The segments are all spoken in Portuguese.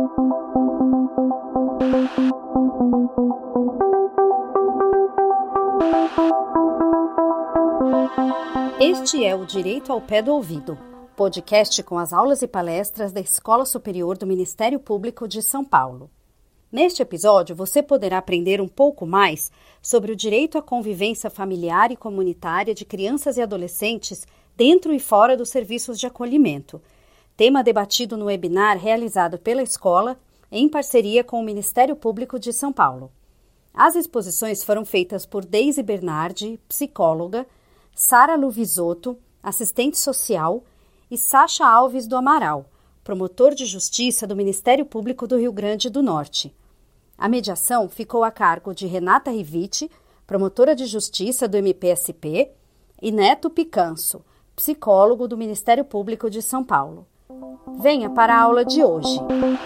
Este é o Direito ao Pé do Ouvido, podcast com as aulas e palestras da Escola Superior do Ministério Público de São Paulo. Neste episódio, você poderá aprender um pouco mais sobre o direito à convivência familiar e comunitária de crianças e adolescentes dentro e fora dos serviços de acolhimento, tema debatido no webinar realizado pela escola em parceria com o Ministério Público de São Paulo. As exposições foram feitas por Deise Bernardi, psicóloga, Sara Luvisotto, assistente social, e Sacha Alves do Amaral, promotor de justiça do Ministério Público do Rio Grande do Norte. A mediação ficou a cargo de Renata Riviti, promotora de justiça do MPSP, e Neto Picanso, psicólogo do Ministério Público de São Paulo. Venha para a aula de hoje.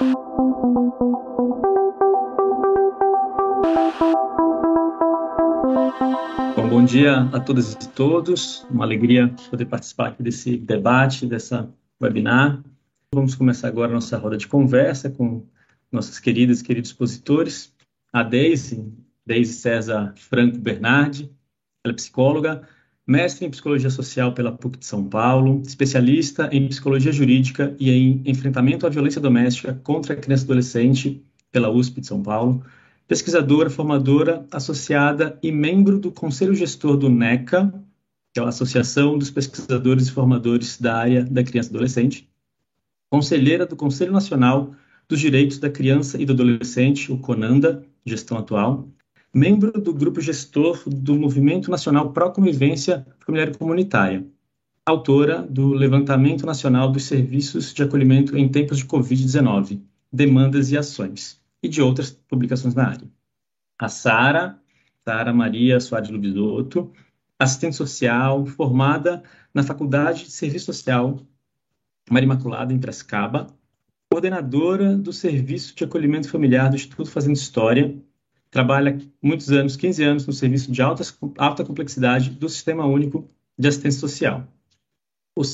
Bom dia a todas e todos, uma alegria poder participar aqui desse debate, dessa webinar. Vamos começar agora a nossa roda de conversa com nossas queridas e queridos expositores. A Deise César Franco Bernardi, ela é psicóloga, mestre em Psicologia Social pela PUC de São Paulo, especialista em Psicologia Jurídica e em Enfrentamento à Violência Doméstica contra a Criança e Adolescente pela USP de São Paulo, pesquisadora, formadora, associada e membro do Conselho Gestor do NECA, que é a Associação dos Pesquisadores e Formadores da Área da Criança e Adolescente, conselheira do Conselho Nacional dos Direitos da Criança e do Adolescente, o CONANDA, gestão atual, membro do Grupo Gestor do Movimento Nacional Pró-Convivência Familiar e Comunitária, autora do Levantamento Nacional dos Serviços de Acolhimento em Tempos de Covid-19, Demandas e Ações, e de outras publicações na área. A Sara Maria Soares Luvisotto, assistente social, formada na Faculdade de Serviço Social Maria Imaculada, em Piracicaba, coordenadora do Serviço de Acolhimento Familiar do Instituto Fazendo História, trabalha muitos anos, 15 anos, no serviço de alta complexidade do Sistema Único de Assistência Social. O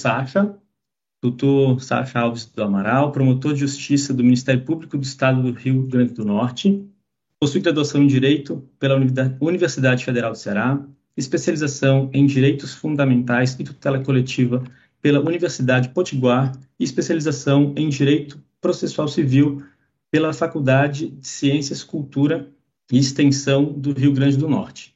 doutor Sacha Alves do Amaral, promotor de justiça do Ministério Público do Estado do Rio Grande do Norte, possui graduação em Direito pela Universidade Federal do Ceará, especialização em Direitos Fundamentais e Tutela Coletiva pela Universidade Potiguar e especialização em Direito Processual Civil pela Faculdade de Ciências, Cultura e Extensão do Rio Grande do Norte.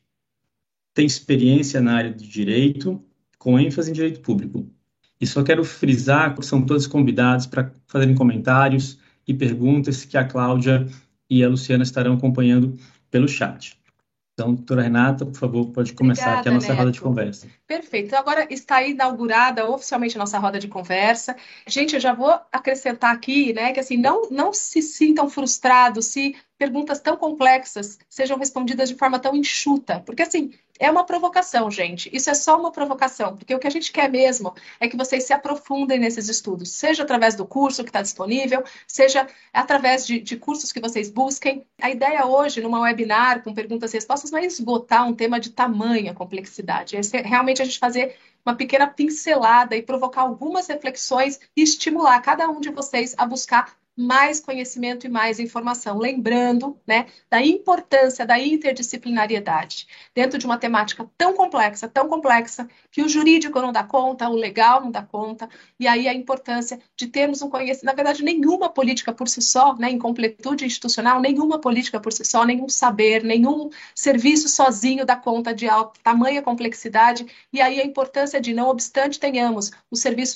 Tem experiência na área de Direito, com ênfase em Direito Público. E só quero frisar que são todos convidados para fazerem comentários e perguntas que a Cláudia e a Luciana estarão acompanhando pelo chat. Então, doutora Renata, por favor, pode começar. Obrigada, aqui a nossa Neto. roda de conversa. Perfeito. Então, agora está inaugurada oficialmente a nossa roda de conversa. Gente, eu já vou acrescentar aqui, né, que assim, não se sintam frustrados se perguntas tão complexas sejam respondidas de forma tão enxuta, porque assim, é uma provocação, gente. Isso é só uma provocação, porque o que a gente quer mesmo é que vocês se aprofundem nesses estudos, seja através do curso que está disponível, seja através de cursos que vocês busquem. A ideia hoje, numa webinar com perguntas e respostas, não é esgotar um tema de tamanha complexidade, é realmente a gente fazer uma pequena pincelada e provocar algumas reflexões e estimular cada um de vocês a buscar mais conhecimento e mais informação, lembrando, né, da importância da interdisciplinariedade dentro de uma temática tão complexa, que o jurídico não dá conta, o legal não dá conta, e aí a importância de termos um conhecimento, na verdade, nenhuma política por si só, né, incompletude institucional, nenhuma política por si só, nenhum saber, nenhum serviço sozinho dá conta de tamanha complexidade, e aí a importância de, não obstante tenhamos os serviços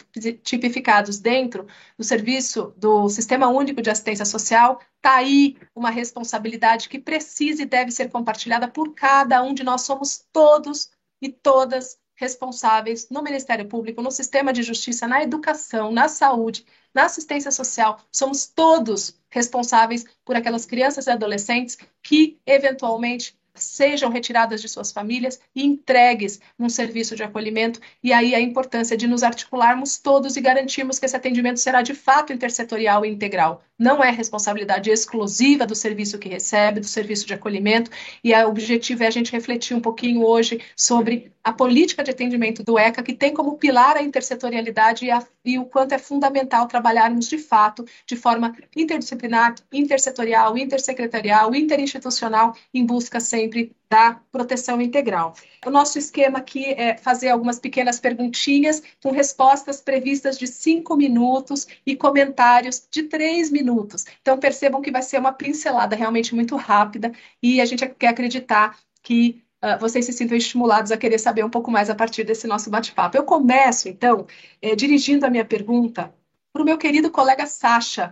tipificados dentro do serviço do Sistema Único de Assistência Social, está aí uma responsabilidade que precisa e deve ser compartilhada por cada um de nós. Somos todos e todas responsáveis no Ministério Público, no sistema de justiça, na educação, na saúde, na assistência social. Somos todos responsáveis por aquelas crianças e adolescentes que, eventualmente, sejam retiradas de suas famílias e entregues num serviço de acolhimento, e aí a importância de nos articularmos todos e garantirmos que esse atendimento será de fato intersetorial e integral. Não é responsabilidade exclusiva do serviço que recebe, do serviço de acolhimento, e o objetivo é a gente refletir um pouquinho hoje sobre a política de atendimento do ECA, que tem como pilar a intersetorialidade e o quanto é fundamental trabalharmos de fato, de forma interdisciplinar, intersetorial, intersecretarial, interinstitucional, em busca sempre da proteção integral. O nosso esquema aqui é fazer algumas pequenas perguntinhas com respostas previstas de 5 minutos e comentários de 3 minutos. Então, percebam que vai ser uma pincelada realmente muito rápida e a gente quer acreditar que vocês se sintam estimulados a querer saber um pouco mais a partir desse nosso bate-papo. Eu começo, então, dirigindo a minha pergunta para o meu querido colega Sacha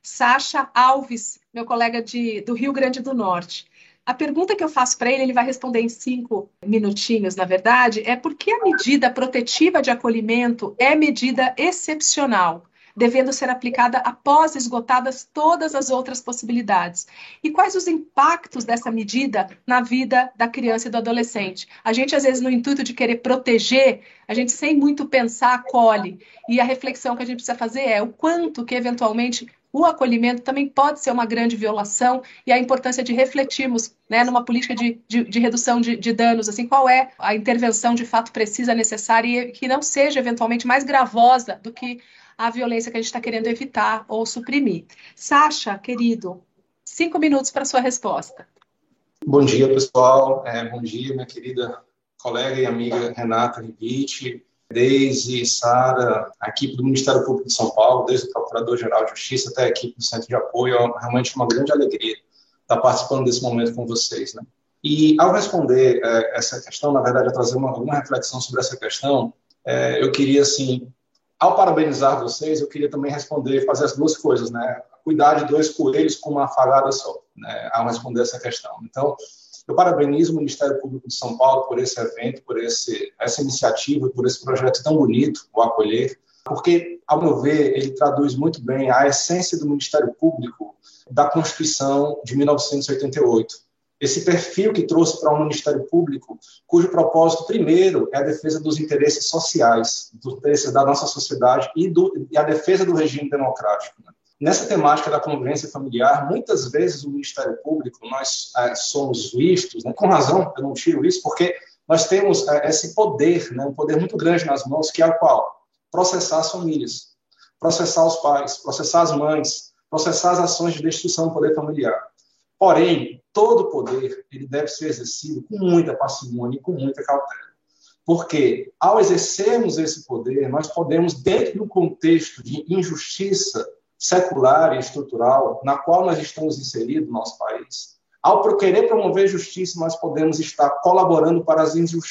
Alves, meu colega do Rio Grande do Norte. A pergunta que eu faço para ele vai responder em 5 minutinhos, na verdade, é por que a medida protetiva de acolhimento é medida excepcional, devendo ser aplicada após esgotadas todas as outras possibilidades? E quais os impactos dessa medida na vida da criança e do adolescente? A gente, às vezes, no intuito de querer proteger, a gente, sem muito pensar, acolhe. E a reflexão que a gente precisa fazer é o quanto que, eventualmente, o acolhimento também pode ser uma grande violação e a importância de refletirmos, né, numa política de redução de danos, assim, qual é a intervenção de fato precisa, necessária e que não seja eventualmente mais gravosa do que a violência que a gente está querendo evitar ou suprimir. Sacha, querido, 5 minutos para a sua resposta. Bom dia, pessoal. Bom dia, minha querida colega e amiga Renata Rivitti, Deise, Sara, a equipe do Ministério Público de São Paulo, desde o Procurador-Geral de Justiça até a equipe do Centro de Apoio. É realmente uma grande alegria estar participando desse momento com vocês, né? E, ao responder essa questão, na verdade, a trazer alguma reflexão sobre essa questão, eu queria, assim, ao parabenizar vocês, eu queria também responder, fazer as duas coisas, né? Cuidar de 2 coelhos com uma afagada só, né? Ao responder essa questão. Então, eu parabenizo o Ministério Público de São Paulo por esse evento, por essa iniciativa, por esse projeto tão bonito, o Acolher, porque, ao meu ver, ele traduz muito bem a essência do Ministério Público da Constituição de 1988. Esse perfil que trouxe para um Ministério Público, cujo propósito, primeiro, é a defesa dos interesses sociais, dos interesses da nossa sociedade e a defesa do regime democrático, né? Nessa temática da convivência familiar, muitas vezes o Ministério Público, nós somos vistos, né, com razão, eu não tiro isso, porque nós temos esse poder, né, um poder muito grande nas mãos, que é o qual? Processar as famílias, processar os pais, processar as mães, processar as ações de destruição do poder familiar. Porém, todo poder ele deve ser exercido com muita parcimônia e com muita cautela. Porque, ao exercermos esse poder, nós podemos, dentro do contexto de injustiça secular e estrutural na qual nós estamos inseridos no nosso país, ao querer promover justiça, nós podemos estar colaborando para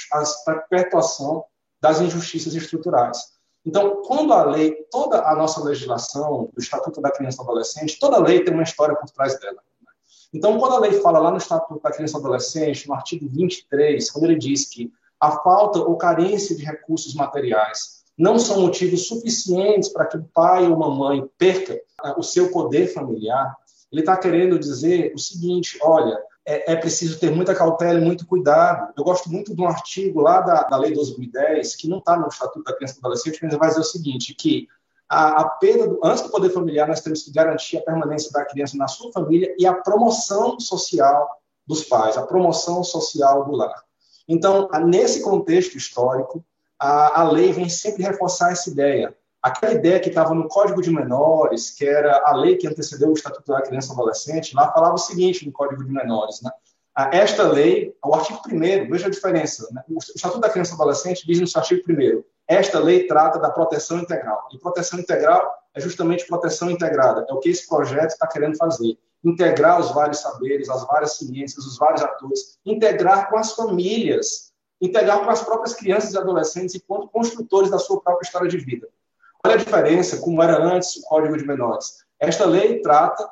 a perpetuação das injustiças estruturais. Então, quando a lei, toda a nossa legislação do Estatuto da Criança e do Adolescente, toda lei tem uma história por trás dela. Então, quando a lei fala lá no Estatuto da Criança e do Adolescente, no artigo 23, quando ele diz que a falta ou carência de recursos materiais não são motivos suficientes para que o pai ou uma mãe perca o seu poder familiar, ele está querendo dizer o seguinte: olha, é preciso ter muita cautela e muito cuidado. Eu gosto muito de um artigo lá da Lei 12.010, que não está no Estatuto da Criança e do Adolescente, mas vai dizer o seguinte, que a perda antes do poder familiar, nós temos que garantir a permanência da criança na sua família e a promoção social dos pais, a promoção social do lar. Então, nesse contexto histórico, a lei vem sempre reforçar essa ideia. Aquela ideia que estava no Código de Menores, que era a lei que antecedeu o Estatuto da Criança e do Adolescente, lá falava o seguinte no Código de Menores, né? Esta lei, o artigo 1º, veja a diferença, né? O Estatuto da Criança e do Adolescente diz no seu artigo 1º, esta lei trata da proteção integral. E proteção integral é justamente proteção integrada. É o que esse projeto está querendo fazer. Integrar os vários saberes, as várias ciências, os vários atores. Integrar com as famílias. Integrar com as próprias crianças e adolescentes enquanto construtores da sua própria história de vida. Olha a diferença, como era antes o Código de Menores. Esta lei trata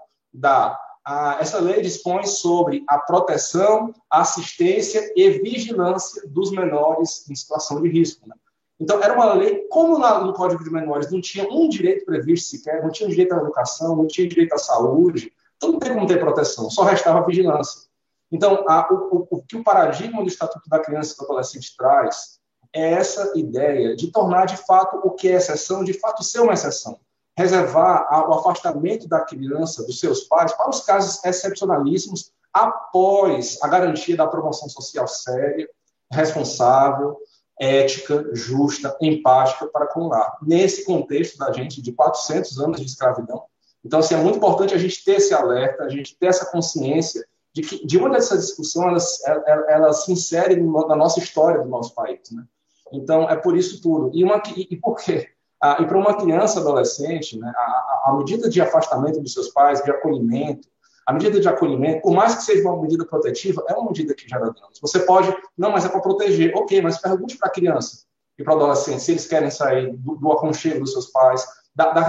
essa lei dispõe sobre a proteção, assistência e vigilância dos menores em situação de risco, né? Então, era uma lei, como no Código de Menores não tinha um direito previsto sequer, não tinha direito à educação, não tinha direito à saúde, então não tem como ter proteção, só restava a vigilância. Então, o que o paradigma do Estatuto da Criança e do Adolescente traz é essa ideia de tornar, de fato, o que é exceção, de fato, ser uma exceção. Reservar o afastamento da criança dos seus pais para os casos excepcionalíssimos após a garantia da promoção social séria, responsável, ética, justa, empática para com o lar. Nesse contexto da gente de 400 anos de escravidão. Então, assim, é muito importante a gente ter esse alerta, a gente ter essa consciência de que, de uma dessas discussões, ela se insere na nossa história do nosso país, né? Então, é por isso tudo. E por quê? E para uma criança adolescente, né, a medida de afastamento dos seus pais, de acolhimento, a medida de acolhimento, por mais que seja uma medida protetiva, é uma medida que gera danos. Você pode, não, mas é para proteger. Ok, mas pergunte para a criança e para o adolescente se eles querem sair do aconchego dos seus pais, da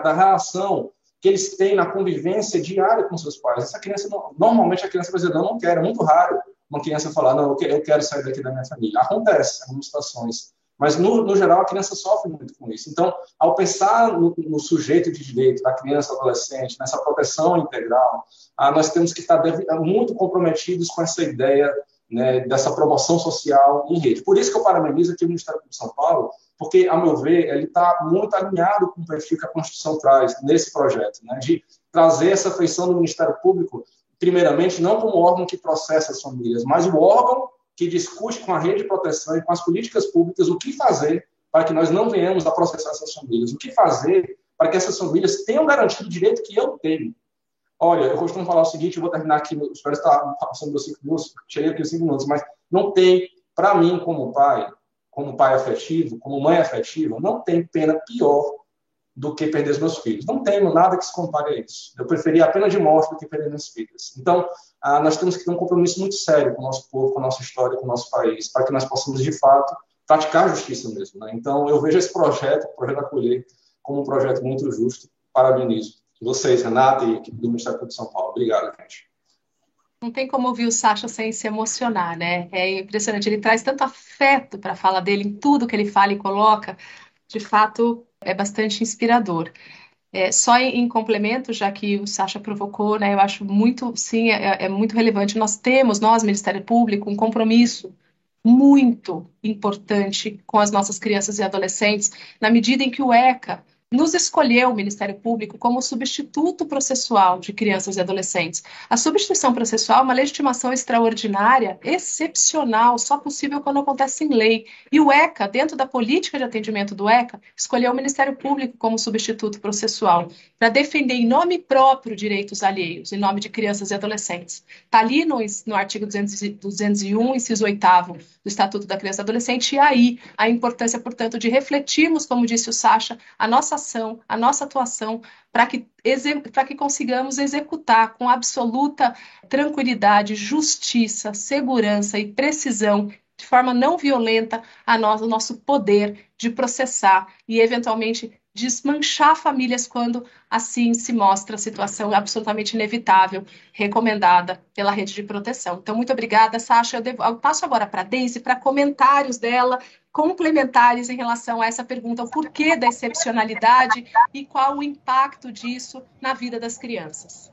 relação que eles têm na convivência diária com seus pais. Essa criança, normalmente a criança vai dizer, não quero, é muito raro uma criança falar, não, eu quero sair daqui da minha família. Acontece, em algumas situações. Mas, no geral, a criança sofre muito com isso. Então, ao pensar no sujeito de direito, da criança, adolescente, nessa proteção integral, nós temos que estar muito comprometidos com essa ideia, né, dessa promoção social em rede. Por isso que eu parabenizo aqui o Ministério Público de São Paulo, porque, a meu ver, ele está muito alinhado com o perfil que a Constituição traz nesse projeto, né, de trazer essa feição do Ministério Público, primeiramente, não como órgão que processa as famílias, mas o órgão que discute com a rede de proteção e com as políticas públicas o que fazer para que nós não venhamos a processar essas famílias, o que fazer para que essas famílias tenham garantido o direito que eu tenho. Olha, eu costumo falar o seguinte, eu vou terminar aqui, espero estar passando dos 5 minutos, cheguei aqui 5 minutos, mas não tem, para mim, como pai afetivo, como mãe afetiva, não tem pena pior do que perder os meus filhos. Não tenho nada que se compare a isso. Eu preferia a pena de morte do que perder meus filhos. Então, nós temos que ter um compromisso muito sério com o nosso povo, com a nossa história, com o nosso país, para que nós possamos, de fato, praticar a justiça mesmo, né? Então, eu vejo esse projeto, o projeto Acolher, como um projeto muito justo. Parabenizo vocês, Renata, e a equipe do Ministério Público de São Paulo. Obrigado, gente. Não tem como ouvir o Sacha sem se emocionar, né? É impressionante, ele traz tanto afeto para a fala dele, em tudo que ele fala e coloca, de fato, é bastante inspirador. Só em complemento, já que o Sacha provocou, né, eu acho muito, sim, é muito relevante. Nós, Ministério Público, um compromisso muito importante com as nossas crianças e adolescentes, na medida em que o ECA nos escolheu, o Ministério Público, como substituto processual de crianças e adolescentes. A substituição processual é uma legitimação extraordinária, excepcional, só possível quando acontece em lei. E o ECA, dentro da política de atendimento do ECA, escolheu o Ministério Público como substituto processual, para defender em nome próprio direitos alheios, em nome de crianças e adolescentes. Está ali no artigo 201, inciso 8º do Estatuto da Criança e Adolescente, e aí a importância, portanto, de refletirmos, como disse o Sacha, a nossa ação, a nossa atuação, para que consigamos executar com absoluta tranquilidade, justiça, segurança e precisão, de forma não violenta, o nosso poder de processar e, eventualmente, desmanchar famílias quando assim se mostra a situação absolutamente inevitável, recomendada pela rede de proteção. Então, muito obrigada, Sacha. Eu passo agora para a Deise para comentários dela, complementares em relação a essa pergunta, o porquê da excepcionalidade e qual o impacto disso na vida das crianças.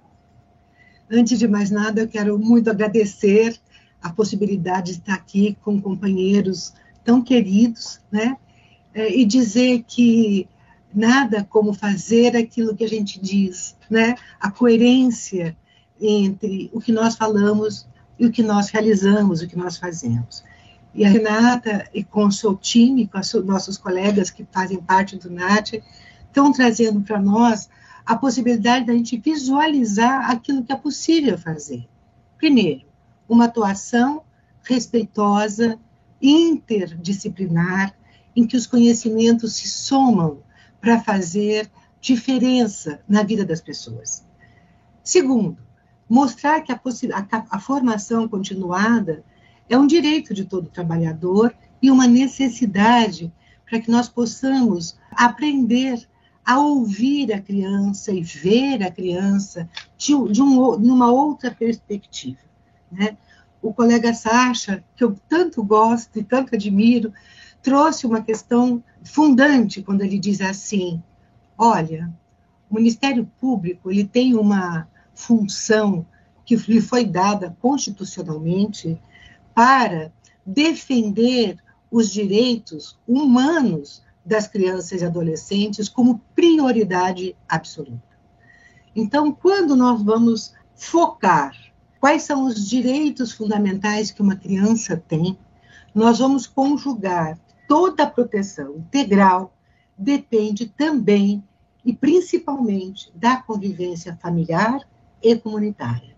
Antes de mais nada, eu quero muito agradecer a possibilidade de estar aqui com companheiros tão queridos, né? E dizer que nada como fazer aquilo que a gente diz, né? A coerência entre o que nós falamos e o que nós realizamos, o que nós fazemos. E a Renata, e com o seu time, com os nossos colegas que fazem parte do NAT, estão trazendo para nós a possibilidade da gente visualizar aquilo que é possível fazer. Primeiro, uma atuação respeitosa, interdisciplinar, em que os conhecimentos se somam para fazer diferença na vida das pessoas. Segundo, mostrar que a formação continuada é um direito de todo trabalhador e uma necessidade para que nós possamos aprender a ouvir a criança e ver a criança de uma outra perspectiva, né? O colega Sacha, que eu tanto gosto e tanto admiro, trouxe uma questão fundante quando ele diz assim: olha, o Ministério Público ele tem uma função que lhe foi dada constitucionalmente para defender os direitos humanos das crianças e adolescentes como prioridade absoluta. Então, quando nós vamos focar quais são os direitos fundamentais que uma criança tem, nós vamos conjugar toda a proteção integral depende também e principalmente da convivência familiar e comunitária.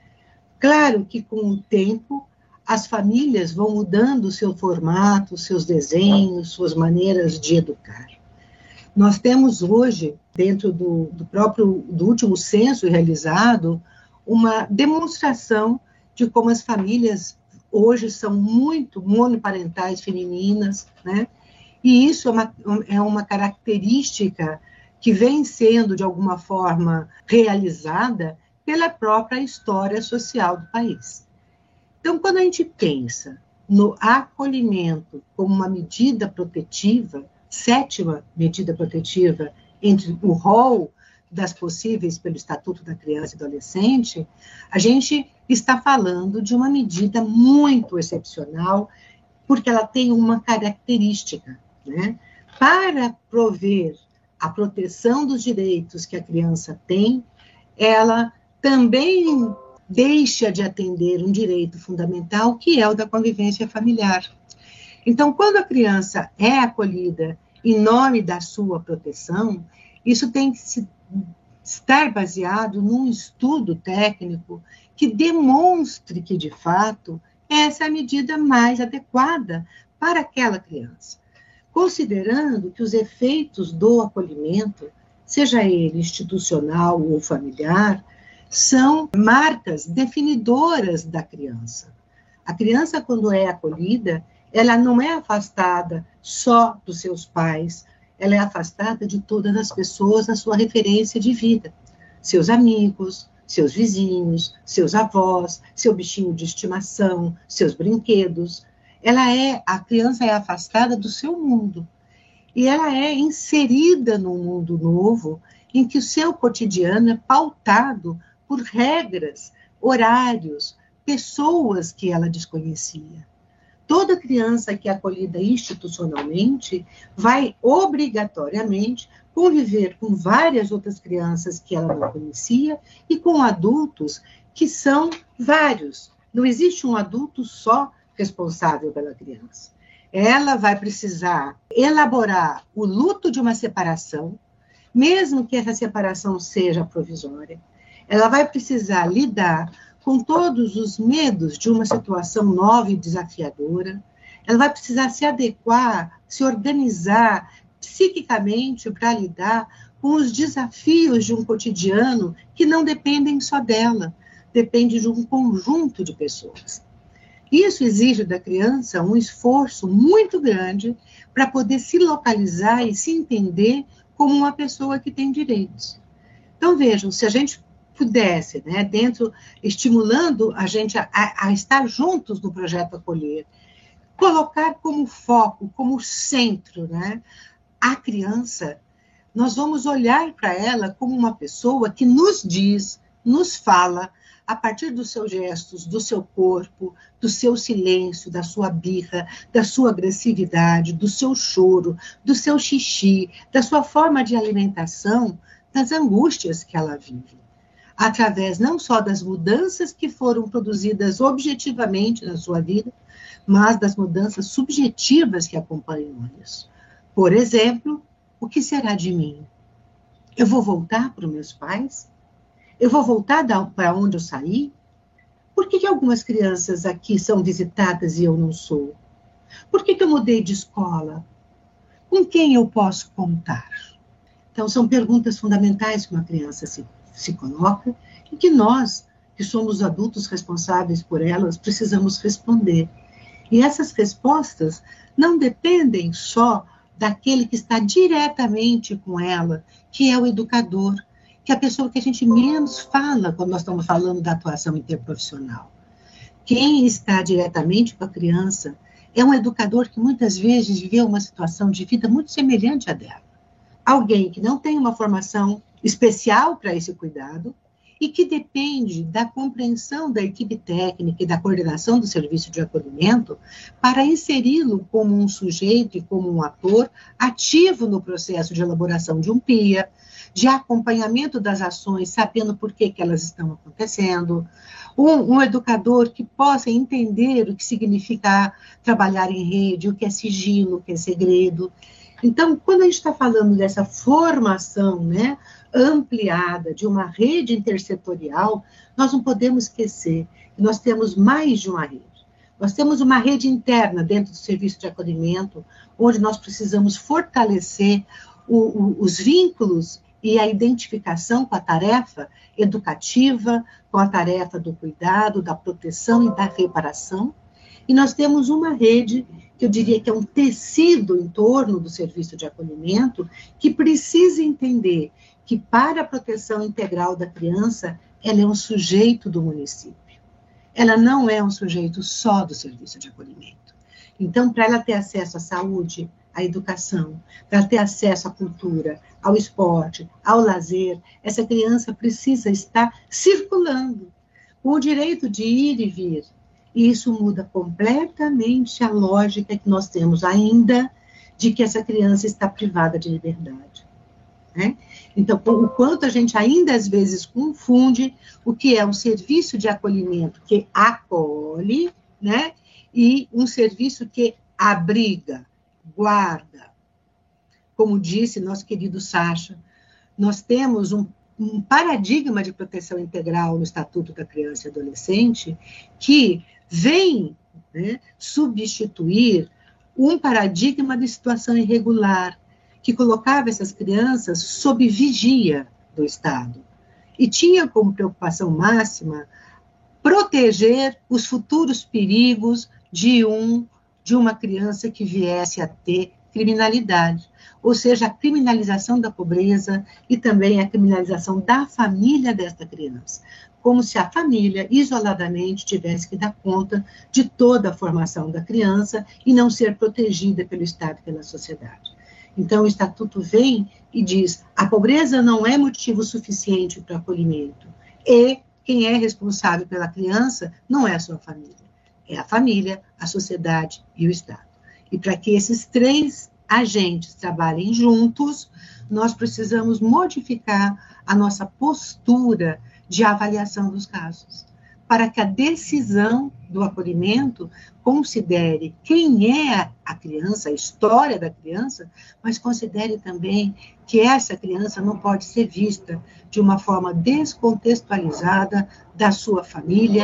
Claro que com o tempo as famílias vão mudando seu formato, seus desenhos, suas maneiras de educar. Nós temos hoje, dentro do último censo realizado, uma demonstração de como as famílias hoje são muito monoparentais femininas, né? E isso é uma característica que vem sendo, de alguma forma, realizada pela própria história social do país. Então, quando a gente pensa no acolhimento como uma medida protetiva, sétima medida protetiva entre o rol das possíveis pelo Estatuto da Criança e do Adolescente, a gente está falando de uma medida muito excepcional, porque ela tem uma característica, né? Para prover a proteção dos direitos que a criança tem, ela também deixa de atender um direito fundamental, que é o da convivência familiar. Então, quando a criança é acolhida em nome da sua proteção, isso tem que estar baseado num estudo técnico que demonstre que, de fato, essa é a medida mais adequada para aquela criança, considerando que os efeitos do acolhimento, seja ele institucional ou familiar, são marcas definidoras da criança. A criança, quando é acolhida, ela não é afastada só dos seus pais, ela é afastada de todas as pessoas na sua referência de vida. Seus amigos, seus vizinhos, seus avós, seu bichinho de estimação, seus brinquedos. A criança é afastada do seu mundo. E ela é inserida num mundo novo, em que o seu cotidiano é pautado por regras, horários, pessoas que ela desconhecia. Toda criança que é acolhida institucionalmente vai obrigatoriamente conviver com várias outras crianças que ela não conhecia e com adultos que são vários. Não existe um adulto só responsável pela criança. Ela vai precisar elaborar o luto de uma separação, mesmo que essa separação seja provisória. Ela vai precisar lidar com todos os medos de uma situação nova e desafiadora. Ela vai precisar se adequar, se organizar psiquicamente para lidar com os desafios de um cotidiano que não dependem só dela, depende de um conjunto de pessoas. Isso exige da criança um esforço muito grande para poder se localizar e se entender como uma pessoa que tem direitos. Então, vejam, se a gente pudesse, né, estimulando a gente a estar juntos no projeto Acolher, colocar como foco, como centro, né, a criança, nós vamos olhar para ela como uma pessoa que nos diz, nos fala, a partir dos seus gestos, do seu corpo, do seu silêncio, da sua birra, da sua agressividade, do seu choro, do seu xixi, da sua forma de alimentação, das angústias que ela vive. Através não só das mudanças que foram produzidas objetivamente na sua vida, mas das mudanças subjetivas que acompanham isso. Por exemplo, o que será de mim? Eu vou voltar para os meus pais? Eu vou voltar para onde eu saí? Por que algumas crianças aqui são visitadas e eu não sou? Por que eu mudei de escola? Com quem eu posso contar? Então, são perguntas fundamentais que uma criança se coloca e que nós, que somos adultos responsáveis por elas, precisamos responder. E essas respostas não dependem só daquele que está diretamente com ela, que é o educador, que é a pessoa que a gente menos fala quando nós estamos falando da atuação interprofissional. Quem está diretamente com a criança é um educador que muitas vezes viveu uma situação de vida muito semelhante à dela. Alguém que não tem uma formação especial para esse cuidado e que depende da compreensão da equipe técnica e da coordenação do serviço de acolhimento para inseri-lo como um sujeito e como um ator ativo no processo de elaboração de um PIA, de acompanhamento das ações, sabendo por que elas estão acontecendo, um educador que possa entender o que significa trabalhar em rede, o que é sigilo, o que é segredo. Então, quando a gente está falando dessa formação, né, ampliada de uma rede intersetorial, nós não podemos esquecer que nós temos mais de uma rede. Nós temos uma rede interna dentro do serviço de acolhimento, onde nós precisamos fortalecer os vínculos e a identificação com a tarefa educativa, com a tarefa do cuidado, da proteção e da reparação. E nós temos uma rede, que eu diria que é um tecido em torno do serviço de acolhimento, que precisa entender que, para a proteção integral da criança, ela é um sujeito do município. Ela não é um sujeito só do serviço de acolhimento. Então, para ela ter acesso à saúde, à educação, para ter acesso à cultura, ao esporte, ao lazer, essa criança precisa estar circulando, com o direito de ir e vir. E isso muda completamente a lógica que nós temos ainda de que essa criança está privada de liberdade. Né? Então, o quanto a gente ainda às vezes confunde o que é um serviço de acolhimento que acolhe, né? E um serviço que abriga, guarda. Como disse nosso querido Sacha, nós temos um paradigma de proteção integral no Estatuto da Criança e Adolescente que vem, né, substituir um paradigma de situação irregular, que colocava essas crianças sob vigia do Estado e tinha como preocupação máxima proteger os futuros perigos de uma criança que viesse a ter criminalidade, ou seja, a criminalização da pobreza e também a criminalização da família desta criança, como se a família, isoladamente, tivesse que dar conta de toda a formação da criança e não ser protegida pelo Estado e pela sociedade. Então, o Estatuto vem e diz, a pobreza não é motivo suficiente para acolhimento, e quem é responsável pela criança não é a sua família, é a família, a sociedade e o Estado. E para que esses três agentes trabalhem juntos, nós precisamos modificar a nossa postura de avaliação dos casos, para que a decisão do acolhimento considere quem é a criança, a história da criança, mas considere também que essa criança não pode ser vista de uma forma descontextualizada da sua família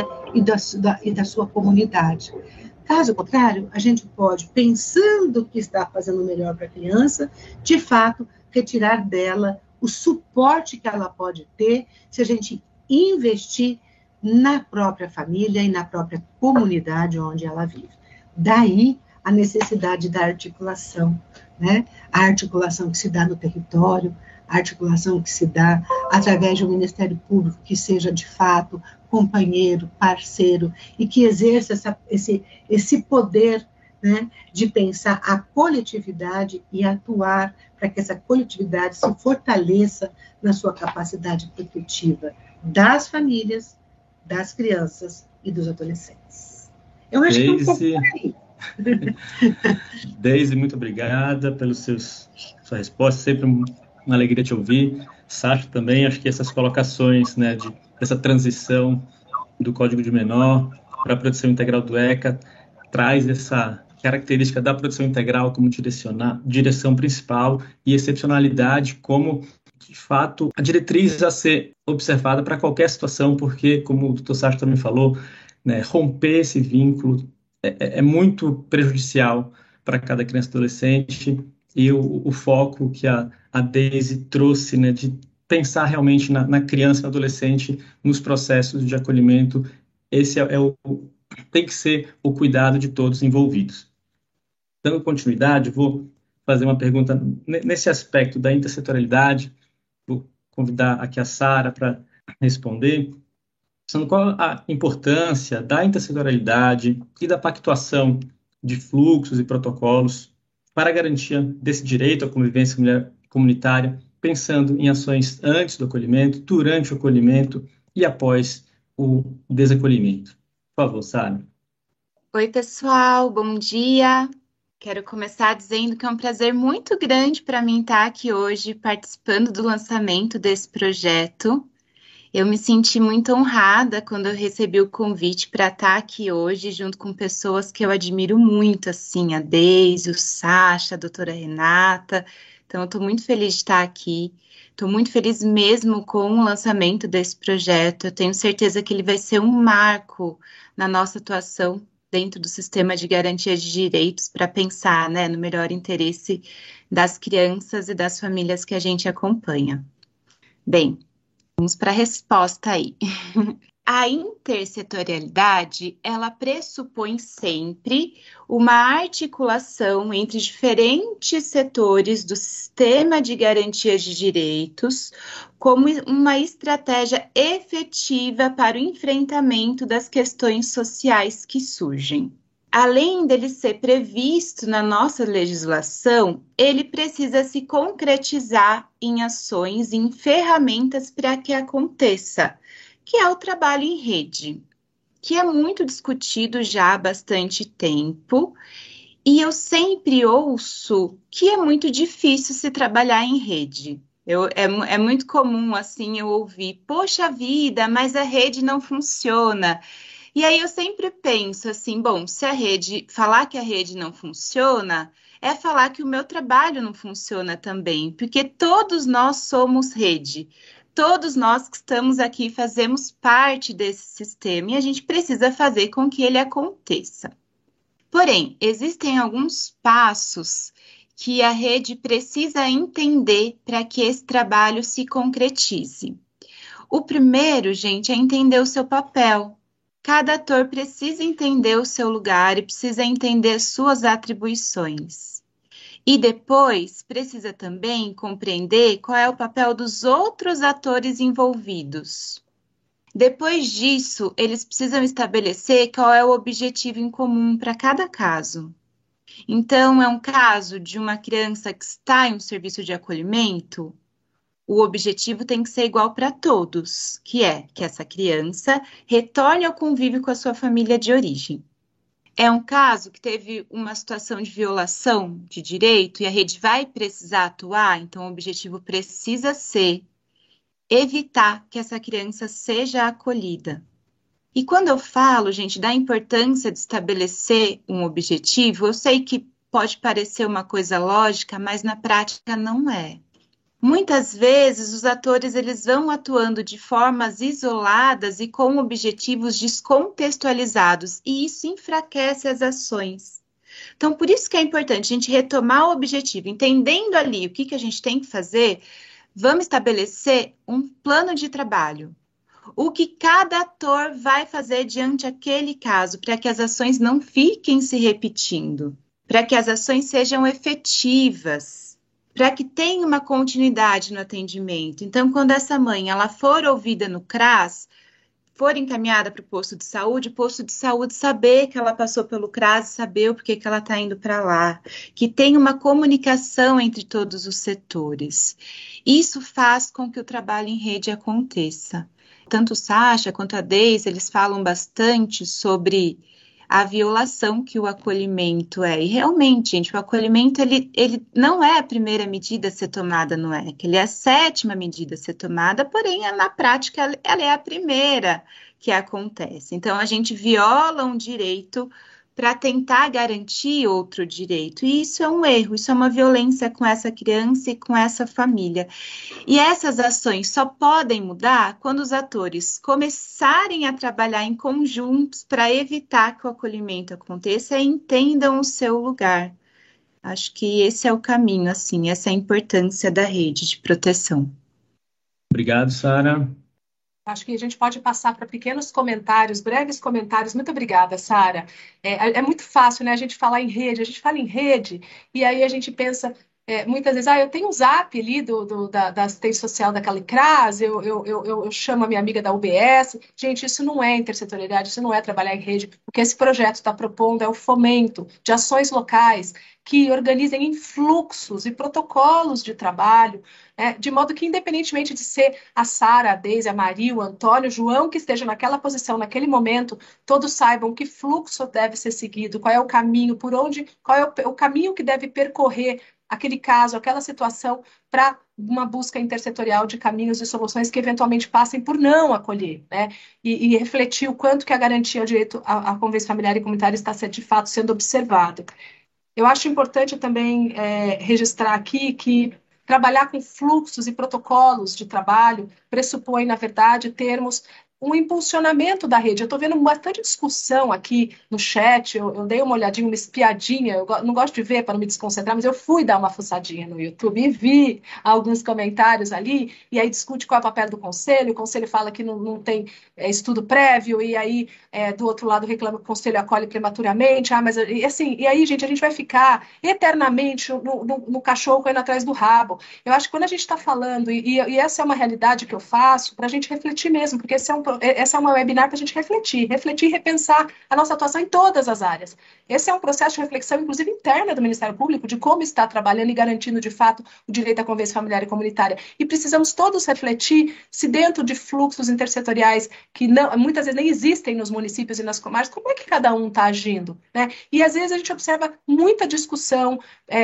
e da sua comunidade. Caso contrário, a gente pode, pensando que está fazendo o melhor para a criança, de fato, retirar dela o suporte que ela pode ter se a gente investir na própria família e na própria comunidade onde ela vive. Daí a necessidade da articulação, né? A articulação que se dá no território, a articulação que se dá através de um Ministério Público que seja, de fato, companheiro, parceiro, e que exerça esse poder, né, de pensar a coletividade e atuar para que essa coletividade se fortaleça na sua capacidade protetiva das famílias, das crianças e dos adolescentes. Eu acho que é um pouco por aí. Deise, muito obrigada pela sua resposta, sempre uma alegria te ouvir. Sacha também, acho que essas colocações, né, dessa transição do Código de Menor para a proteção integral do ECA, traz essa característica da proteção integral como direção principal e excepcionalidade como, de fato, a diretriz a ser observada para qualquer situação, porque, como o Dr. Sacha também falou, né, romper esse vínculo é muito prejudicial para cada criança e adolescente, e o foco que a Deise trouxe, né, de pensar realmente na criança e no adolescente, nos processos de acolhimento, esse tem que ser o cuidado de todos envolvidos. Dando continuidade, vou fazer uma pergunta nesse aspecto da intersetorialidade, vou convidar aqui a Sara para responder. Qual a importância da intersetorialidade e da pactuação de fluxos e protocolos para a garantia desse direito à convivência comunitária, pensando em ações antes do acolhimento, durante o acolhimento e após o desacolhimento? Por favor, Sara. Oi, pessoal, bom dia. Quero começar dizendo que é um prazer muito grande para mim estar aqui hoje participando do lançamento desse projeto. Eu me senti muito honrada quando eu recebi o convite para estar aqui hoje junto com pessoas que eu admiro muito, assim, a Deise, o Sacha, a doutora Renata. Então, eu estou muito feliz de estar aqui. Estou muito feliz mesmo com o lançamento desse projeto. Eu tenho certeza que ele vai ser um marco na nossa atuação dentro do sistema de garantia de direitos para pensar, né, no melhor interesse das crianças e das famílias que a gente acompanha. Bem, vamos para a resposta aí. A intersetorialidade, ela pressupõe sempre uma articulação entre diferentes setores do sistema de garantia de direitos, como uma estratégia efetiva para o enfrentamento das questões sociais que surgem. Além dele ser previsto na nossa legislação, ele precisa se concretizar em ações, em ferramentas para que aconteça, que é o trabalho em rede, que é muito discutido já há bastante tempo, e eu sempre ouço que é muito difícil se trabalhar em rede. É muito comum, assim, eu ouvir, poxa vida, mas a rede não funciona. E aí eu sempre penso assim, bom, se falar que a rede não funciona, é falar que o meu trabalho não funciona também, porque todos nós somos rede. Todos nós que estamos aqui fazemos parte desse sistema e a gente precisa fazer com que ele aconteça. Porém, existem alguns passos que a rede precisa entender para que esse trabalho se concretize. O primeiro, gente, é entender o seu papel. Cada ator precisa entender o seu lugar e precisa entender suas atribuições. E depois precisa também compreender qual é o papel dos outros atores envolvidos. Depois disso, eles precisam estabelecer qual é o objetivo em comum para cada caso. Então, é um caso de uma criança que está em um serviço de acolhimento. O objetivo tem que ser igual para todos, que é que essa criança retorne ao convívio com a sua família de origem. É um caso que teve uma situação de violação de direito e a rede vai precisar atuar, então o objetivo precisa ser evitar que essa criança seja acolhida. E quando eu falo, gente, da importância de estabelecer um objetivo, eu sei que pode parecer uma coisa lógica, mas na prática não é. Muitas vezes os atores eles vão atuando de formas isoladas e com objetivos descontextualizados, e isso enfraquece as ações. Então, por isso que é importante a gente retomar o objetivo, entendendo ali o que a gente tem que fazer, vamos estabelecer um plano de trabalho. O que cada ator vai fazer diante daquele caso, para que as ações não fiquem se repetindo, para que as ações sejam efetivas, para que tenha uma continuidade no atendimento. Então, quando essa mãe ela for ouvida no CRAS, for encaminhada para o posto de saúde saber que ela passou pelo CRAS, saber o porquê que ela está indo para lá, que tem uma comunicação entre todos os setores. Isso faz com que o trabalho em rede aconteça. Tanto o Sacha quanto a Deise, eles falam bastante sobre a violação que o acolhimento é. E realmente, gente, o acolhimento, ele não é a primeira medida a ser tomada no ECA, ele é a sétima medida a ser tomada, porém, na prática, ela é a primeira que acontece. Então, a gente viola um direito para tentar garantir outro direito. E isso é um erro, isso é uma violência com essa criança e com essa família. E essas ações só podem mudar quando os atores começarem a trabalhar em conjuntos para evitar que o acolhimento aconteça e entendam o seu lugar. Acho que esse é o caminho, assim, essa é a importância da rede de proteção. Obrigado, Sara. Acho que a gente pode passar para pequenos comentários, breves comentários. Muito obrigada, Sara. É muito fácil, né? A gente falar em rede, a gente fala em rede, e aí a gente pensa, muitas vezes, eu tenho um zap ali da assistência social daquela CRAS, eu chamo a minha amiga da UBS. Gente, isso não é intersetorialidade, isso não é trabalhar em rede. O que esse projeto está propondo é o fomento de ações locais que organizem em fluxos e protocolos de trabalho, de modo que, independentemente de ser a Sara, a Deise, a Maria, o Antônio, o João, que esteja naquela posição, naquele momento, todos saibam que fluxo deve ser seguido, qual é o caminho, qual é o caminho que deve percorrer aquele caso, aquela situação, para uma busca intersetorial de caminhos e soluções que eventualmente passem por não acolher, né? E refletir o quanto que a garantia ao direito à convivência familiar e comunitária está de fato sendo observado. Eu acho importante também registrar aqui que trabalhar com fluxos e protocolos de trabalho pressupõe, na verdade, termos um impulsionamento da rede. Eu estou vendo bastante discussão aqui no chat, eu dei uma olhadinha, uma espiadinha, eu não gosto de ver para não me desconcentrar, mas eu fui dar uma fuçadinha no YouTube e vi alguns comentários ali, e aí discute qual é o papel do conselho, o conselho fala que não tem estudo prévio, e aí do outro lado reclama que o conselho acolhe prematuramente, mas assim, e aí, gente, a gente vai ficar eternamente no cachorro correndo atrás do rabo. Eu acho que quando a gente está falando, e essa é uma realidade que eu faço, para a gente refletir mesmo, porque essa é uma webinar para a gente refletir e repensar a nossa atuação em todas as áreas. Esse é um processo de reflexão, inclusive interna do Ministério Público, de como está trabalhando e garantindo, de fato, o direito à convivência familiar e comunitária. E precisamos todos refletir se dentro de fluxos intersetoriais que muitas vezes nem existem nos municípios e nas comarcas, como é que cada um está agindo, né? E às vezes a gente observa muita discussão,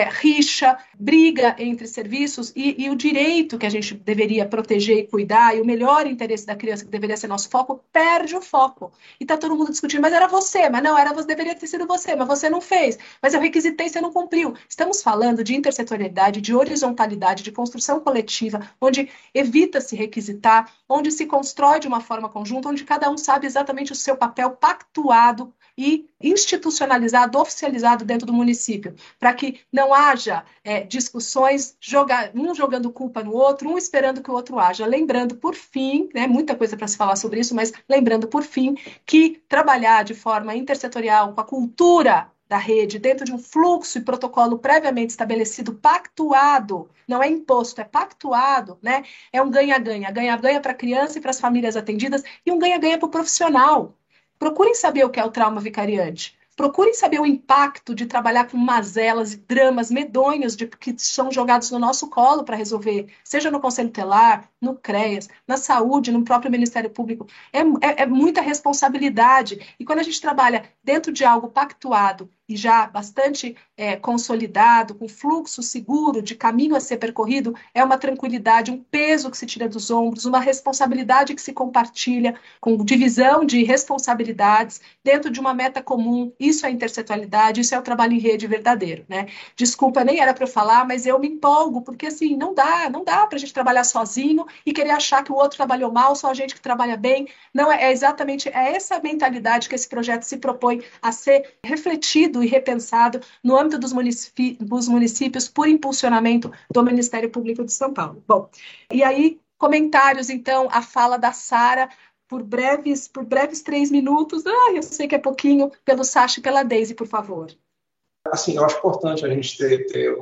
rixa, briga entre serviços e o direito que a gente deveria proteger e cuidar, e o melhor interesse da criança, que deveria ser nosso foco, perde o foco. E está todo mundo discutindo, mas era você, mas não, deveria ter sido você, mas você não fez, mas eu requisitei, você não cumpriu. Estamos falando de intersetorialidade, de horizontalidade, de construção coletiva, onde evita-se requisitar, onde se constrói de uma forma conjunta, onde cada um sabe exatamente o seu papel pactuado e institucionalizado, oficializado dentro do município, para que não haja discussões, um jogando culpa no outro, um esperando que o outro haja. Lembrando, por fim, muita coisa para se falar sobre isso, mas lembrando, por fim, que trabalhar de forma intersetorial com a cultura da rede, dentro de um fluxo e protocolo previamente estabelecido, pactuado, não é imposto, é pactuado, né? É um ganha-ganha, ganha-ganha para a criança e para as famílias atendidas, e um ganha-ganha para o profissional. Procurem saber o que é o trauma vicariante. Procurem saber o impacto de trabalhar com mazelas e dramas medonhos que são jogados no nosso colo para resolver, seja no Conselho Tutelar, no CREAS, na saúde, no próprio Ministério Público. É muita responsabilidade. E quando a gente trabalha dentro de algo pactuado e já bastante consolidado, com fluxo seguro de caminho a ser percorrido, é uma tranquilidade, um peso que se tira dos ombros, uma responsabilidade que se compartilha, com divisão de responsabilidades dentro de uma meta comum. Isso é intersetorialidade, isso é o trabalho em rede verdadeiro, né? Desculpa, nem era para eu falar, mas eu me empolgo, porque assim, não dá para a gente trabalhar sozinho e querer achar que o outro trabalhou mal, só a gente que trabalha bem. Não, exatamente essa mentalidade que esse projeto se propõe a ser refletido e repensado no âmbito dos municípios por impulsionamento do Ministério Público de São Paulo. Bom, e aí, comentários, então, a fala da Sara, por breves 3 minutos, eu sei que é pouquinho, pelo Sacha e pela Deise, por favor. Assim, eu acho importante a gente ter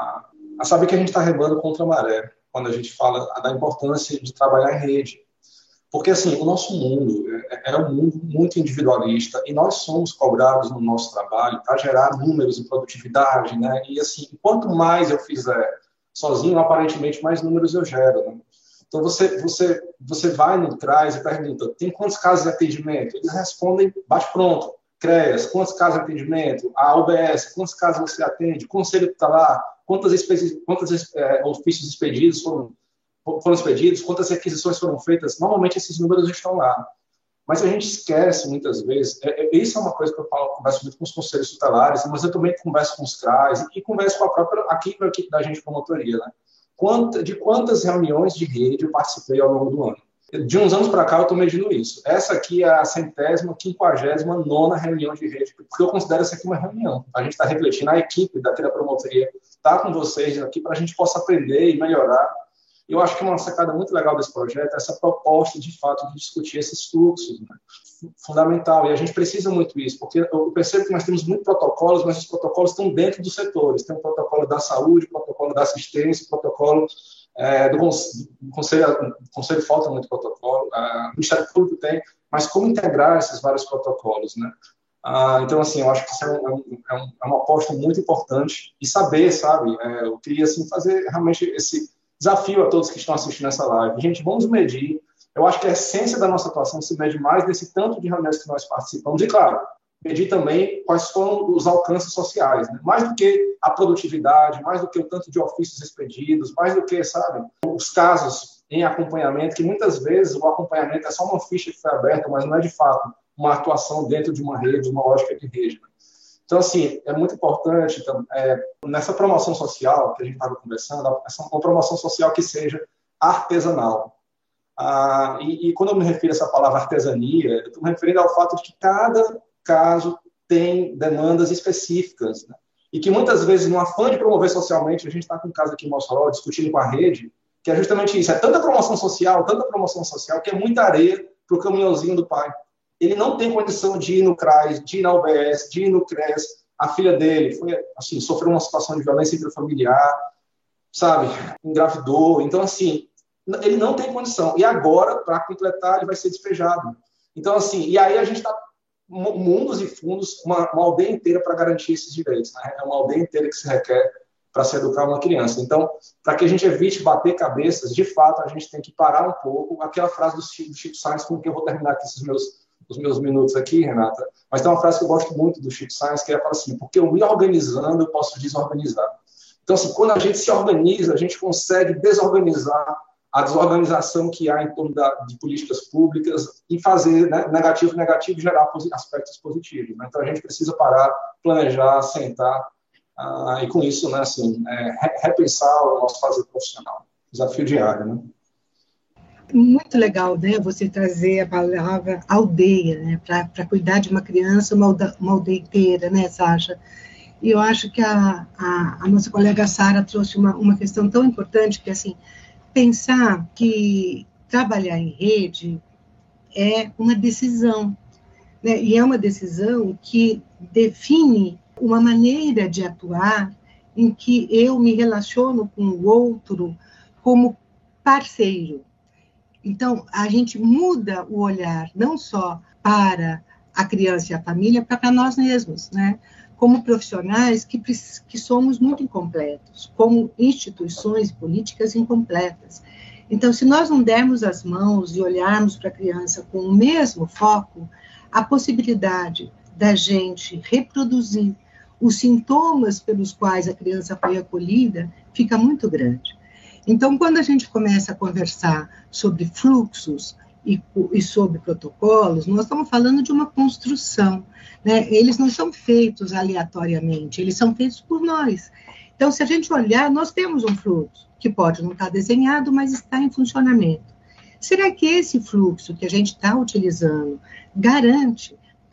a saber que a gente está remando contra a maré, quando a gente fala da importância de trabalhar em rede. Porque, assim, o nosso mundo é um mundo muito individualista e nós somos cobrados no nosso trabalho para gerar números e produtividade, né? E, assim, quanto mais eu fizer sozinho, aparentemente, mais números eu gero, né? Então, você vai no CRAS e pergunta, tem quantos casos de atendimento? Eles respondem, bate pronto. CREAS, quantos casos de atendimento? A UBS, quantos casos você atende? Conselho Tutelar, quantos ofícios expedidos foram expedidos, quantas requisições foram feitas? Normalmente esses números estão lá. Mas a gente esquece muitas vezes, isso é uma coisa que eu converso muito com os conselhos tutelares, mas eu também converso com os CRAs e converso com a equipe da gente promotoria, né? De quantas reuniões de rede eu participei ao longo do ano. De uns anos para cá eu estou medindo isso. Essa aqui é a 159ª reunião de rede, porque eu considero essa aqui uma reunião. A gente está refletindo, a equipe daqui da promotoria está com vocês aqui para a gente possa aprender e melhorar. Eu acho que uma sacada muito legal desse projeto é essa proposta, de fato, de discutir esses fluxos, né? Fundamental, e a gente precisa muito disso, porque eu percebo que nós temos muitos protocolos, mas os protocolos estão dentro dos setores. Tem o protocolo da saúde, o protocolo da assistência, o protocolo do Conselho falta muito protocolo, o Ministério Público tem, mas como integrar esses vários protocolos, né? Então, assim, eu acho que isso é uma aposta muito importante, e saber, sabe, eu queria, assim, fazer realmente esse desafio a todos que estão assistindo essa live. Gente, vamos medir. Eu acho que a essência da nossa atuação se mede mais nesse tanto de reuniões que nós participamos. E, claro, medir também quais foram os alcances sociais, né? Mais do que a produtividade, mais do que o tanto de ofícios expedidos, mais do que, sabe, os casos em acompanhamento, que muitas vezes o acompanhamento é só uma ficha que foi aberta, mas não é, de fato, uma atuação dentro de uma rede, uma lógica de rede, né? Então, assim, é muito importante, nessa promoção social que a gente estava conversando, uma promoção social que seja artesanal. E quando eu me refiro a essa palavra artesania, eu estou me referindo ao fato de que cada caso tem demandas específicas, né? E que muitas vezes, no afã de promover socialmente, a gente está com um caso aqui em Mossoró, discutindo com a rede, que é justamente isso, é tanta promoção social, que é muita areia para o caminhãozinho do pai. Ele não tem condição de ir no CRAS, de ir na UBS, de ir no CRES. A filha dele sofreu uma situação de violência intrafamiliar, sabe? Engravidou. Então, assim, ele não tem condição. E agora, para completar, ele vai ser despejado. Então, assim, e aí a gente está mundos e fundos, uma aldeia inteira para garantir esses direitos, né? É uma aldeia inteira que se requer para se educar uma criança. Então, para que a gente evite bater cabeças, de fato, a gente tem que parar um pouco. Aquela frase do Chico Sainz, com que eu vou terminar aqui os meus minutos aqui, Renata, mas tem uma frase que eu gosto muito do Chico Sainz, que é assim, porque eu me organizando, eu posso desorganizar. Então, assim, quando a gente se organiza, a gente consegue desorganizar a desorganização que há em torno de políticas públicas e fazer, né, negativo e gerar aspectos positivos, né? Então, a gente precisa parar, planejar, sentar, e com isso, né, assim, repensar o nosso fazer profissional. Desafio diário, né? Muito legal, né, você trazer a palavra aldeia, né, para cuidar de uma criança, uma aldeia inteira, né, Sasha? E eu acho que a nossa colega Sara trouxe uma questão tão importante, que, assim, pensar que trabalhar em rede é uma decisão, né, e é uma decisão que define uma maneira de atuar em que eu me relaciono com o outro como parceiro. Então, a gente muda o olhar não só para a criança e a família, para nós mesmos, né? Como profissionais que somos muito incompletos, como instituições políticas incompletas. Então, se nós não dermos as mãos e olharmos para a criança com o mesmo foco, a possibilidade da gente reproduzir os sintomas pelos quais a criança foi acolhida fica muito grande. Então, quando a gente começa a conversar sobre fluxos e sobre protocolos, nós estamos falando de uma construção, né? Eles não são feitos aleatoriamente, eles são feitos por nós. Então, se a gente olhar, nós temos um fluxo, que pode não estar desenhado, mas está em funcionamento. Será que esse fluxo que a gente está utilizando garante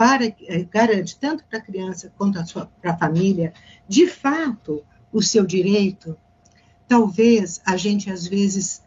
tanto para a criança quanto para a família, de fato, o seu direito? Talvez a gente, às vezes,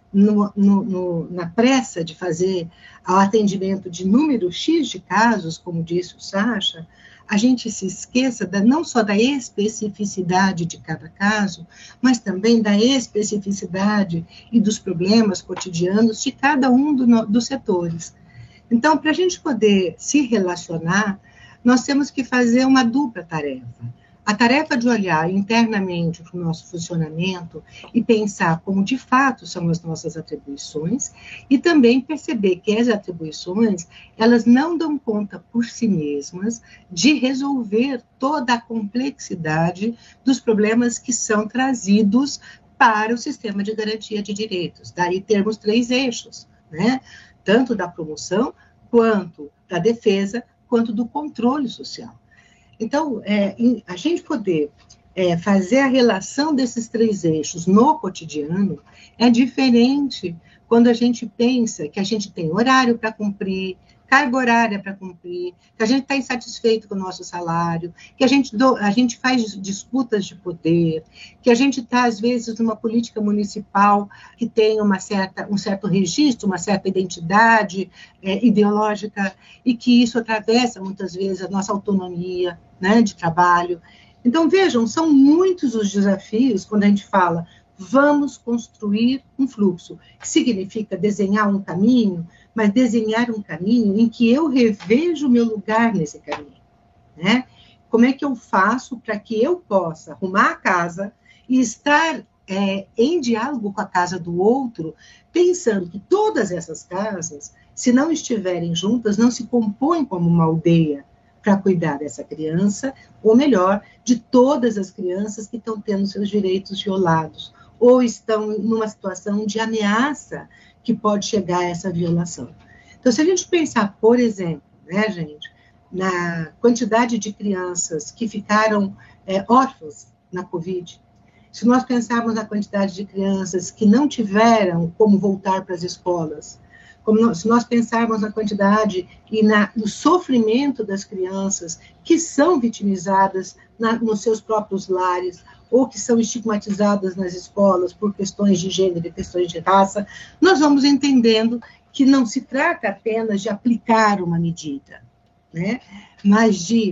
na pressa de fazer o atendimento de número X de casos, como disse o Sasha, a gente se esqueça não só da especificidade de cada caso, mas também da especificidade e dos problemas cotidianos de cada um dos setores. Então, para a gente poder se relacionar, nós temos que fazer uma dupla tarefa. A tarefa de olhar internamente para o nosso funcionamento e pensar como de fato são as nossas atribuições, e também perceber que as atribuições, elas não dão conta por si mesmas de resolver toda a complexidade dos problemas que são trazidos para o sistema de garantia de direitos. Daí termos 3 eixos, né? Tanto da promoção, quanto da defesa, quanto do controle social. Então, a gente poder fazer a relação desses 3 eixos no cotidiano é diferente quando a gente pensa que a gente tem horário para cumprir, carga horária para cumprir, que a gente está insatisfeito com o nosso salário, que a gente faz disputas de poder, que a gente está, às vezes, numa política municipal que tem um certo registro, uma certa identidade ideológica, e que isso atravessa, muitas vezes, a nossa autonomia, né, de trabalho. Então, vejam, são muitos os desafios quando a gente fala vamos construir um fluxo, que significa desenhar um caminho, mas desenhar um caminho em que eu revejo o meu lugar nesse caminho, né? Como é que eu faço para que eu possa arrumar a casa e estar em diálogo com a casa do outro, pensando que todas essas casas, se não estiverem juntas, não se compõem como uma aldeia para cuidar dessa criança, ou melhor, de todas as crianças que estão tendo seus direitos violados, ou estão numa situação de ameaça que pode chegar a essa violação. Então, se a gente pensar, por exemplo, né, gente, na quantidade de crianças que ficaram órfãs na Covid, se nós pensarmos na quantidade de crianças que não tiveram como voltar para as escolas, se nós pensarmos na quantidade e no sofrimento das crianças que são vitimizadas nos seus próprios lares, ou que são estigmatizadas nas escolas por questões de gênero e questões de raça, nós vamos entendendo que não se trata apenas de aplicar uma medida, né? Mas de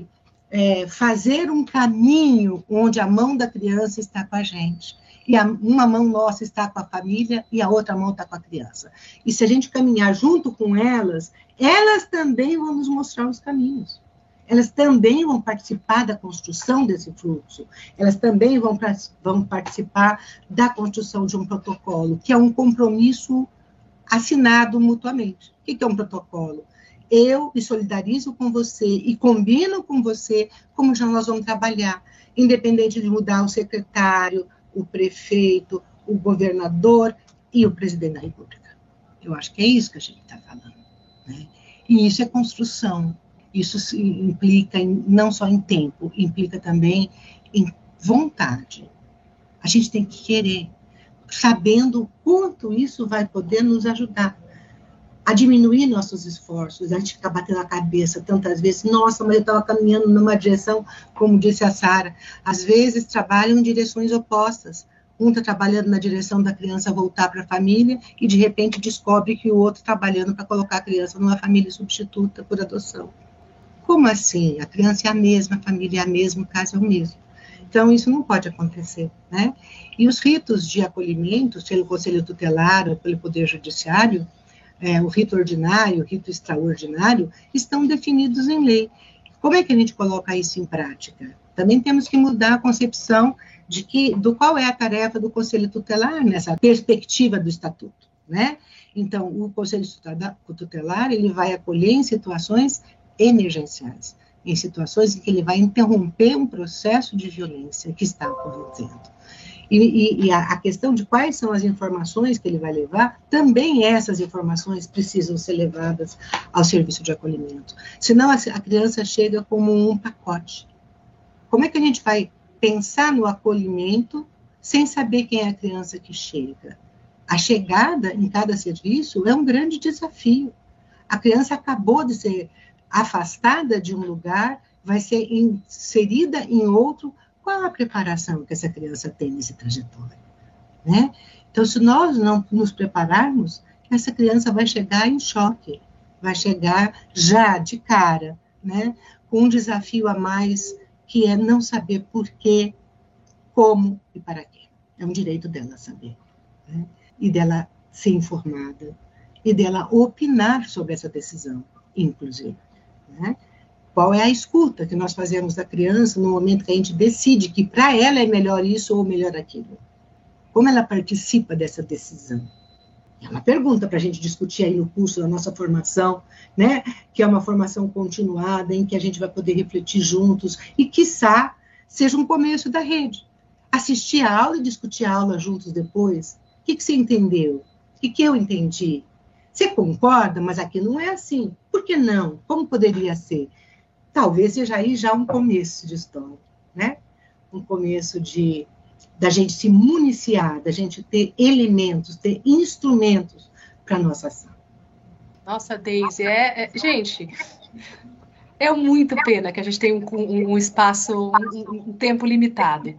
fazer um caminho onde a mão da criança está com a gente, e uma mão nossa está com a família e a outra mão está com a criança. E se a gente caminhar junto com elas, elas também vão nos mostrar os caminhos. Elas também vão participar da construção desse fluxo. Elas também vão participar da construção de um protocolo, que é um compromisso assinado mutuamente. O que é um protocolo? Eu me solidarizo com você e combino com você como já nós vamos trabalhar, independente de mudar o secretário, o prefeito, o governador e o presidente da República. Eu acho que é isso que a gente está falando, né? E isso é construção. Isso implica não só em tempo, implica também em vontade. A gente tem que querer, sabendo o quanto isso vai poder nos ajudar a diminuir nossos esforços. A gente fica batendo a cabeça tantas vezes, nossa, mas eu estava caminhando numa direção, como disse a Sara, às vezes trabalham em direções opostas. Um está trabalhando na direção da criança voltar para a família e, de repente, descobre que o outro está trabalhando para colocar a criança numa família substituta por adoção. Como assim? A criança é a mesma, a família é a mesma, o caso é o mesmo. Então, isso não pode acontecer, né? E os ritos de acolhimento, pelo Conselho Tutelar ou pelo Poder Judiciário, o rito ordinário, o rito extraordinário, estão definidos em lei. Como é que a gente coloca isso em prática? Também temos que mudar a concepção do qual é a tarefa do Conselho Tutelar nessa perspectiva do Estatuto, né? Então, o Conselho Tutelar, ele vai acolher em situações emergenciais, em situações em que ele vai interromper um processo de violência que está acontecendo. E a questão de quais são as informações que ele vai levar, também essas informações precisam ser levadas ao serviço de acolhimento. Senão a criança chega como um pacote. Como é que a gente vai pensar no acolhimento sem saber quem é a criança que chega? A chegada em cada serviço é um grande desafio. A criança acabou de ser afastada de um lugar, vai ser inserida em outro. Qual a preparação que essa criança tem nesse trajetório, né? Então, se nós não nos prepararmos, essa criança vai chegar em choque, vai chegar já de cara, né? Com um desafio a mais, que é não saber por quê, como e para quê. É um direito dela saber, né? E dela ser informada, e dela opinar sobre essa decisão, inclusive, né? Qual é a escuta que nós fazemos da criança no momento que a gente decide que para ela é melhor isso ou melhor aquilo? Como ela participa dessa decisão? É uma pergunta para a gente discutir aí no curso da nossa formação, né? Que é uma formação continuada, em que a gente vai poder refletir juntos e, quiçá, seja um começo da rede. Assistir a aula e discutir a aula juntos depois. O que você entendeu? O que eu entendi? Você concorda? Mas aqui não é assim. Por que não? Como poderia ser? Talvez seja aí já um começo de história, né? Um começo da gente se municiar, da gente ter elementos, ter instrumentos para a nossa ação. Nossa, Deise, gente, é muito pena que a gente tem um espaço, um tempo limitado.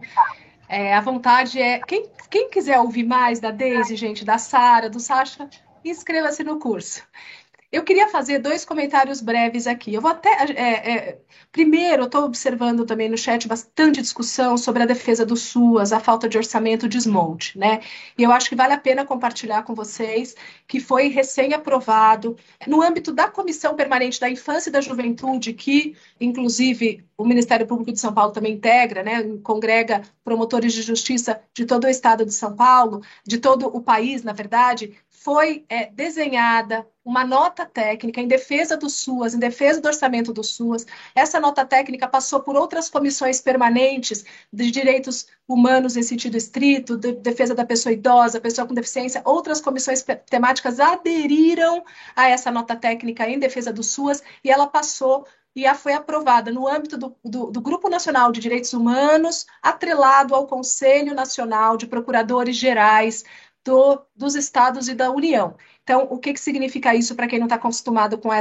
A vontade quem quiser ouvir mais da Deise, gente, da Sara, do Sacha, inscreva-se no curso. Eu queria fazer dois comentários breves aqui. Eu vou até. Primeiro, eu estou observando também no chat bastante discussão sobre a defesa do SUAS, a falta de orçamento, o desmonte, né? E eu acho que vale a pena compartilhar com vocês que foi recém-aprovado no âmbito da Comissão Permanente da Infância e da Juventude, que, inclusive, o Ministério Público de São Paulo também integra, né? Congrega promotores de justiça de todo o estado de São Paulo, de todo o país, na verdade, foi desenhada uma nota técnica em defesa do SUAS, em defesa do orçamento do SUAS. Essa nota técnica passou por outras comissões permanentes de direitos humanos em sentido estrito, de defesa da pessoa idosa, pessoa com deficiência. Outras comissões temáticas aderiram a essa nota técnica em defesa do SUAS e ela passou e foi aprovada no âmbito do Grupo Nacional de Direitos Humanos, atrelado ao Conselho Nacional de Procuradores Gerais dos Estados e da União. Então, o que significa isso para quem não está acostumado com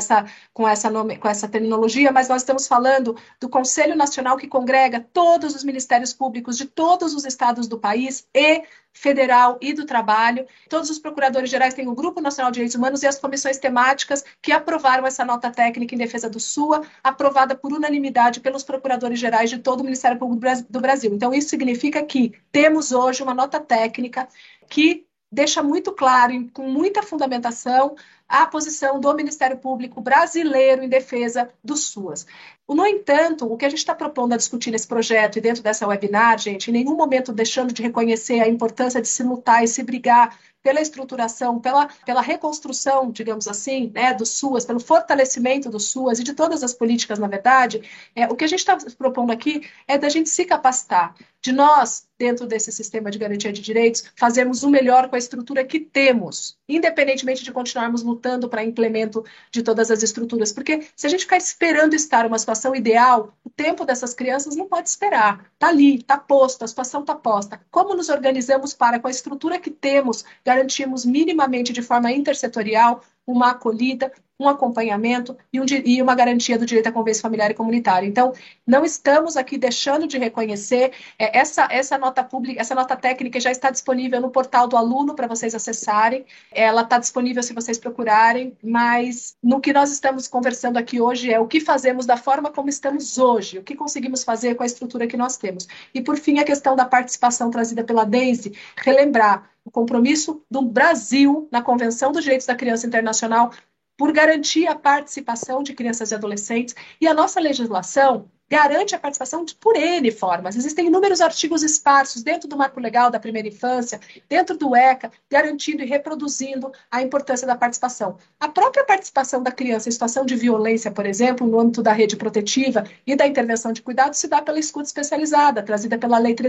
essa terminologia? Mas nós estamos falando do Conselho Nacional que congrega todos os ministérios públicos de todos os estados do país e federal e do trabalho. Todos os procuradores gerais têm o Grupo Nacional de Direitos Humanos e as comissões temáticas que aprovaram essa nota técnica em defesa do SUA, aprovada por unanimidade pelos procuradores gerais de todo o Ministério Público do Brasil. Então, isso significa que temos hoje uma nota técnica que deixa muito claro, com muita fundamentação, a posição do Ministério Público brasileiro em defesa do SUAS. No entanto, o que a gente está propondo a discutir nesse projeto e dentro dessa webinar, gente, em nenhum momento deixando de reconhecer a importância de se lutar e se brigar pela estruturação, pela reconstrução, digamos assim, né, do SUAS, pelo fortalecimento do SUAS e de todas as políticas, na verdade, o que a gente está propondo aqui é da gente se capacitar, de nós, dentro desse sistema de garantia de direitos, fazermos o melhor com a estrutura que temos, independentemente de continuarmos lutando para implemento de todas as estruturas, porque se a gente ficar esperando estar uma situação ideal, o tempo dessas crianças não pode esperar, está ali, está posto, a situação está posta. Como nos organizamos para, com a estrutura que temos, garantirmos minimamente de forma intersetorial uma acolhida, um acompanhamento e uma garantia do direito à convivência familiar e comunitária. Então, não estamos aqui deixando de reconhecer essa nota pública, essa nota técnica já está disponível no portal do aluno para vocês acessarem, ela está disponível se vocês procurarem, mas no que nós estamos conversando aqui hoje é o que fazemos da forma como estamos hoje, o que conseguimos fazer com a estrutura que nós temos. E, por fim, a questão da participação trazida pela Deise, relembrar o compromisso do Brasil na Convenção dos Direitos da Criança Internacional por garantir a participação de crianças e adolescentes, e a nossa legislação garante a participação por N formas. Existem inúmeros artigos esparsos dentro do marco legal da primeira infância, dentro do ECA, garantindo e reproduzindo a importância da participação. A própria participação da criança em situação de violência, por exemplo, no âmbito da rede protetiva e da intervenção de cuidado, se dá pela escuta especializada, trazida pela Lei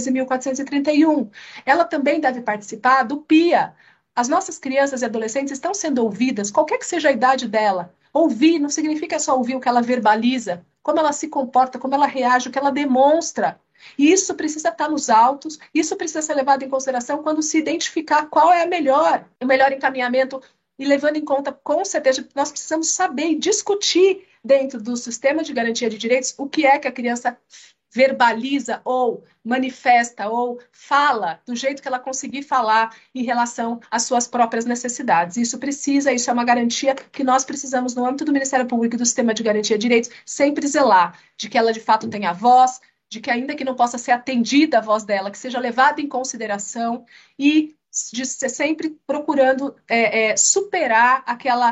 13.431. Ela também deve participar do PIA. As nossas crianças e adolescentes estão sendo ouvidas, qualquer que seja a idade dela. Ouvir não significa só ouvir o que ela verbaliza, como ela se comporta, como ela reage, o que ela demonstra. E isso precisa estar nos autos, isso precisa ser levado em consideração quando se identificar qual é o melhor encaminhamento, e levando em conta, com certeza, nós precisamos saber e discutir dentro do sistema de garantia de direitos o que é que a criança verbaliza ou manifesta ou fala do jeito que ela conseguir falar em relação às suas próprias necessidades. Isso é uma garantia que nós precisamos, no âmbito do Ministério Público e do Sistema de Garantia de Direitos, sempre zelar de que ela de fato tenha voz, de que ainda que não possa ser atendida a voz dela, que seja levada em consideração e de ser sempre procurando superar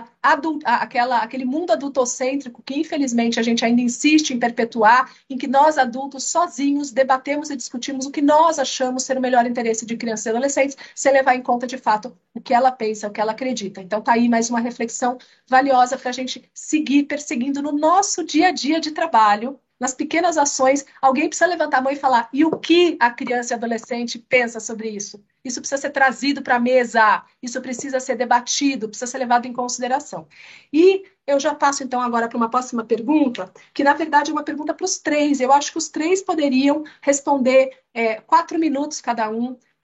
aquele mundo adultocêntrico que, infelizmente, a gente ainda insiste em perpetuar, em que nós, adultos, sozinhos, debatemos e discutimos o que nós achamos ser o melhor interesse de crianças e adolescentes, sem levar em conta, de fato, o que ela pensa, o que ela acredita. Então, está aí mais uma reflexão valiosa para a gente seguir perseguindo no nosso dia a dia de trabalho, nas pequenas ações. Alguém precisa levantar a mão e falar: e o que a criança e adolescente pensa sobre isso? Isso precisa ser trazido para a mesa, isso precisa ser debatido, precisa ser levado em consideração. E eu já passo, então, agora para uma próxima pergunta, que, na verdade, é uma pergunta para os três. Eu acho que os três poderiam responder 4 minutos cada um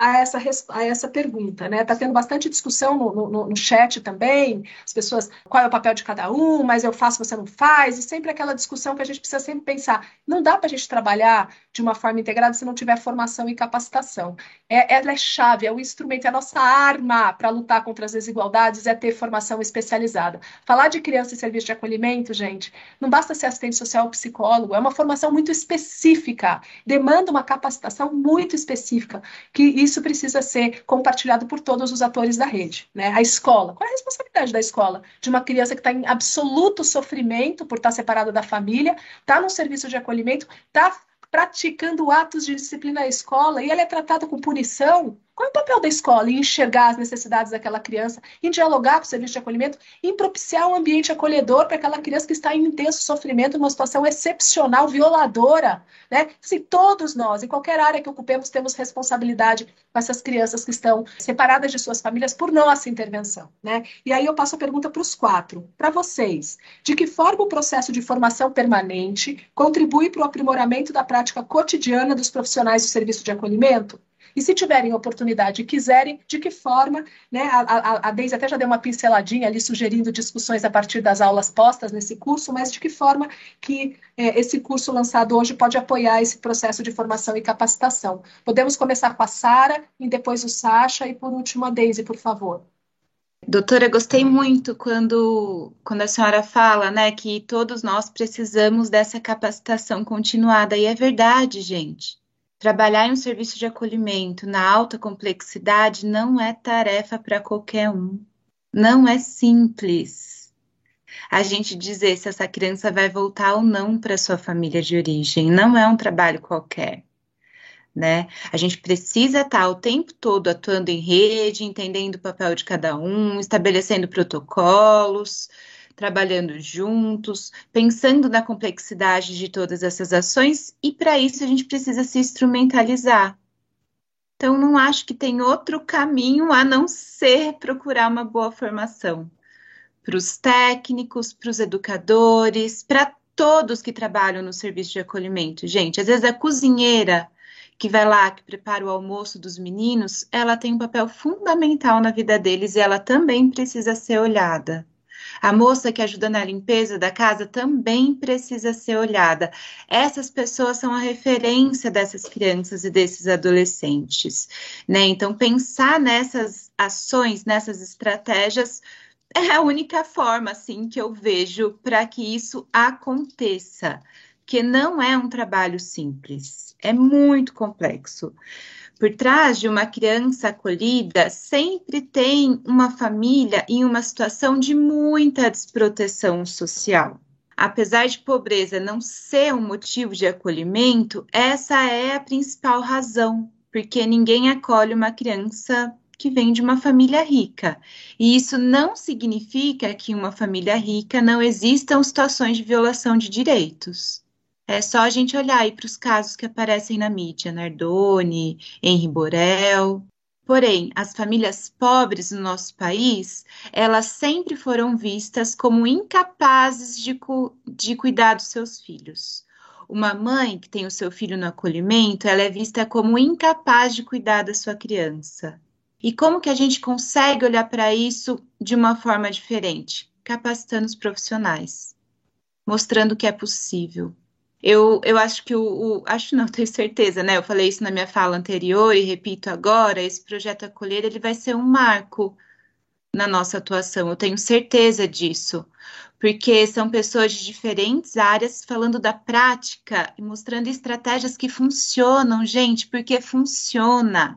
a essa pergunta, né? Está tendo bastante discussão no chat também, as pessoas, qual é o papel de cada um, mas eu faço, você não faz, e sempre aquela discussão que a gente precisa sempre pensar, não dá para a gente trabalhar de uma forma integrada se não tiver formação e capacitação. Ela é chave, é o instrumento, é a nossa arma para lutar contra as desigualdades, é ter formação especializada. Falar de criança e serviço de acolhimento, gente, não basta ser assistente social ou psicólogo, é uma formação muito específica, demanda uma capacitação muito específica, que isso precisa ser compartilhado por todos os atores da rede, né? A escola, qual é a responsabilidade da escola? De uma criança que está em absoluto sofrimento por estar separada da família, está num serviço de acolhimento, está praticando atos de disciplina na escola e ela é tratada com punição. Qual é o papel da escola em enxergar as necessidades daquela criança, em dialogar com o serviço de acolhimento, em propiciar um ambiente acolhedor para aquela criança que está em intenso sofrimento, numa situação excepcional, violadora, né? Se todos nós, em qualquer área que ocupemos, temos responsabilidade com essas crianças que estão separadas de suas famílias por nossa intervenção, né? E aí eu passo a pergunta para os 4, para vocês. De que forma o processo de formação permanente contribui para o aprimoramento da prática cotidiana dos profissionais do serviço de acolhimento? E se tiverem oportunidade e quiserem, de que forma, né? A Deise até já deu uma pinceladinha ali, sugerindo discussões a partir das aulas postas nesse curso, mas de que forma que esse curso lançado hoje pode apoiar esse processo de formação e capacitação. Podemos começar com a Sara, e depois o Sacha, e por último a Deise, por favor. Doutora, gostei muito quando a senhora fala, né, que todos nós precisamos dessa capacitação continuada, e é verdade, gente. Trabalhar em um serviço de acolhimento na alta complexidade não é tarefa para qualquer um. Não é simples. A gente dizer se essa criança vai voltar ou não para sua família de origem não é um trabalho qualquer, né? A gente precisa estar o tempo todo atuando em rede, entendendo o papel de cada um, estabelecendo protocolos, trabalhando juntos, pensando na complexidade de todas essas ações, e para isso a gente precisa se instrumentalizar. Então, não acho que tem outro caminho a não ser procurar uma boa formação para os técnicos, para os educadores, para todos que trabalham no serviço de acolhimento. Gente, às vezes a cozinheira que vai lá, que prepara o almoço dos meninos, ela tem um papel fundamental na vida deles e ela também precisa ser olhada. A moça que ajuda na limpeza da casa também precisa ser olhada. Essas pessoas são a referência dessas crianças e desses adolescentes, né? Então, pensar nessas ações, nessas estratégias, é a única forma, assim, que eu vejo para que isso aconteça, porque não é um trabalho simples, é muito complexo. Por trás de uma criança acolhida, sempre tem uma família em uma situação de muita desproteção social. Apesar de pobreza não ser um motivo de acolhimento, essa é a principal razão, porque ninguém acolhe uma criança que vem de uma família rica. E isso não significa que em uma família rica não existam situações de violação de direitos. É só a gente olhar aí para os casos que aparecem na mídia, Nardoni, Henri Borel. Porém, as famílias pobres no nosso país, elas sempre foram vistas como incapazes de cuidar dos seus filhos. Uma mãe que tem o seu filho no acolhimento, ela é vista como incapaz de cuidar da sua criança. E como que a gente consegue olhar para isso de uma forma diferente? Capacitando os profissionais, mostrando que é possível. Eu acho que acho não, tenho certeza, né? Eu falei isso na minha fala anterior e repito agora, esse projeto Acolher, ele vai ser um marco na nossa atuação, eu tenho certeza disso, porque são pessoas de diferentes áreas falando da prática e mostrando estratégias que funcionam, gente, porque funciona.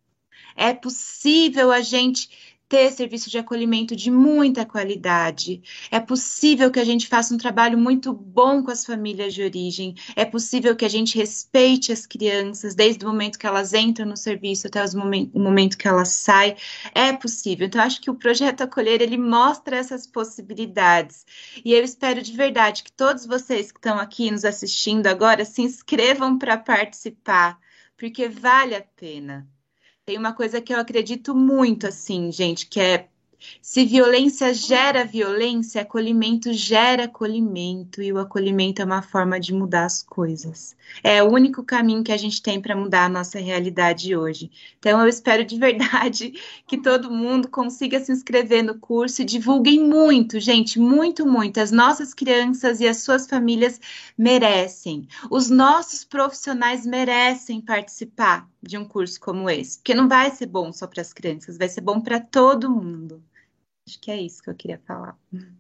É possível a gente ter serviço de acolhimento de muita qualidade. É possível que a gente faça um trabalho muito bom com as famílias de origem. É possível que a gente respeite as crianças desde o momento que elas entram no serviço até o momento que elas saem. É possível. Então, acho que o Projeto Acolher, ele mostra essas possibilidades. E eu espero de verdade que todos vocês que estão aqui nos assistindo agora se inscrevam para participar, porque vale a pena. Tem uma coisa que eu acredito muito, assim, gente, que é Se violência gera violência, acolhimento gera acolhimento, e o acolhimento é uma forma de mudar as coisas. É o único caminho que a gente tem para mudar a nossa realidade hoje. Então, eu espero de verdade que todo mundo consiga se inscrever no curso e divulguem muito, gente, muito, muito. As nossas crianças e as suas famílias merecem. Os nossos profissionais merecem participar de um curso como esse, porque não vai ser bom só para as crianças, vai ser bom para todo mundo. Acho que é isso que eu queria falar.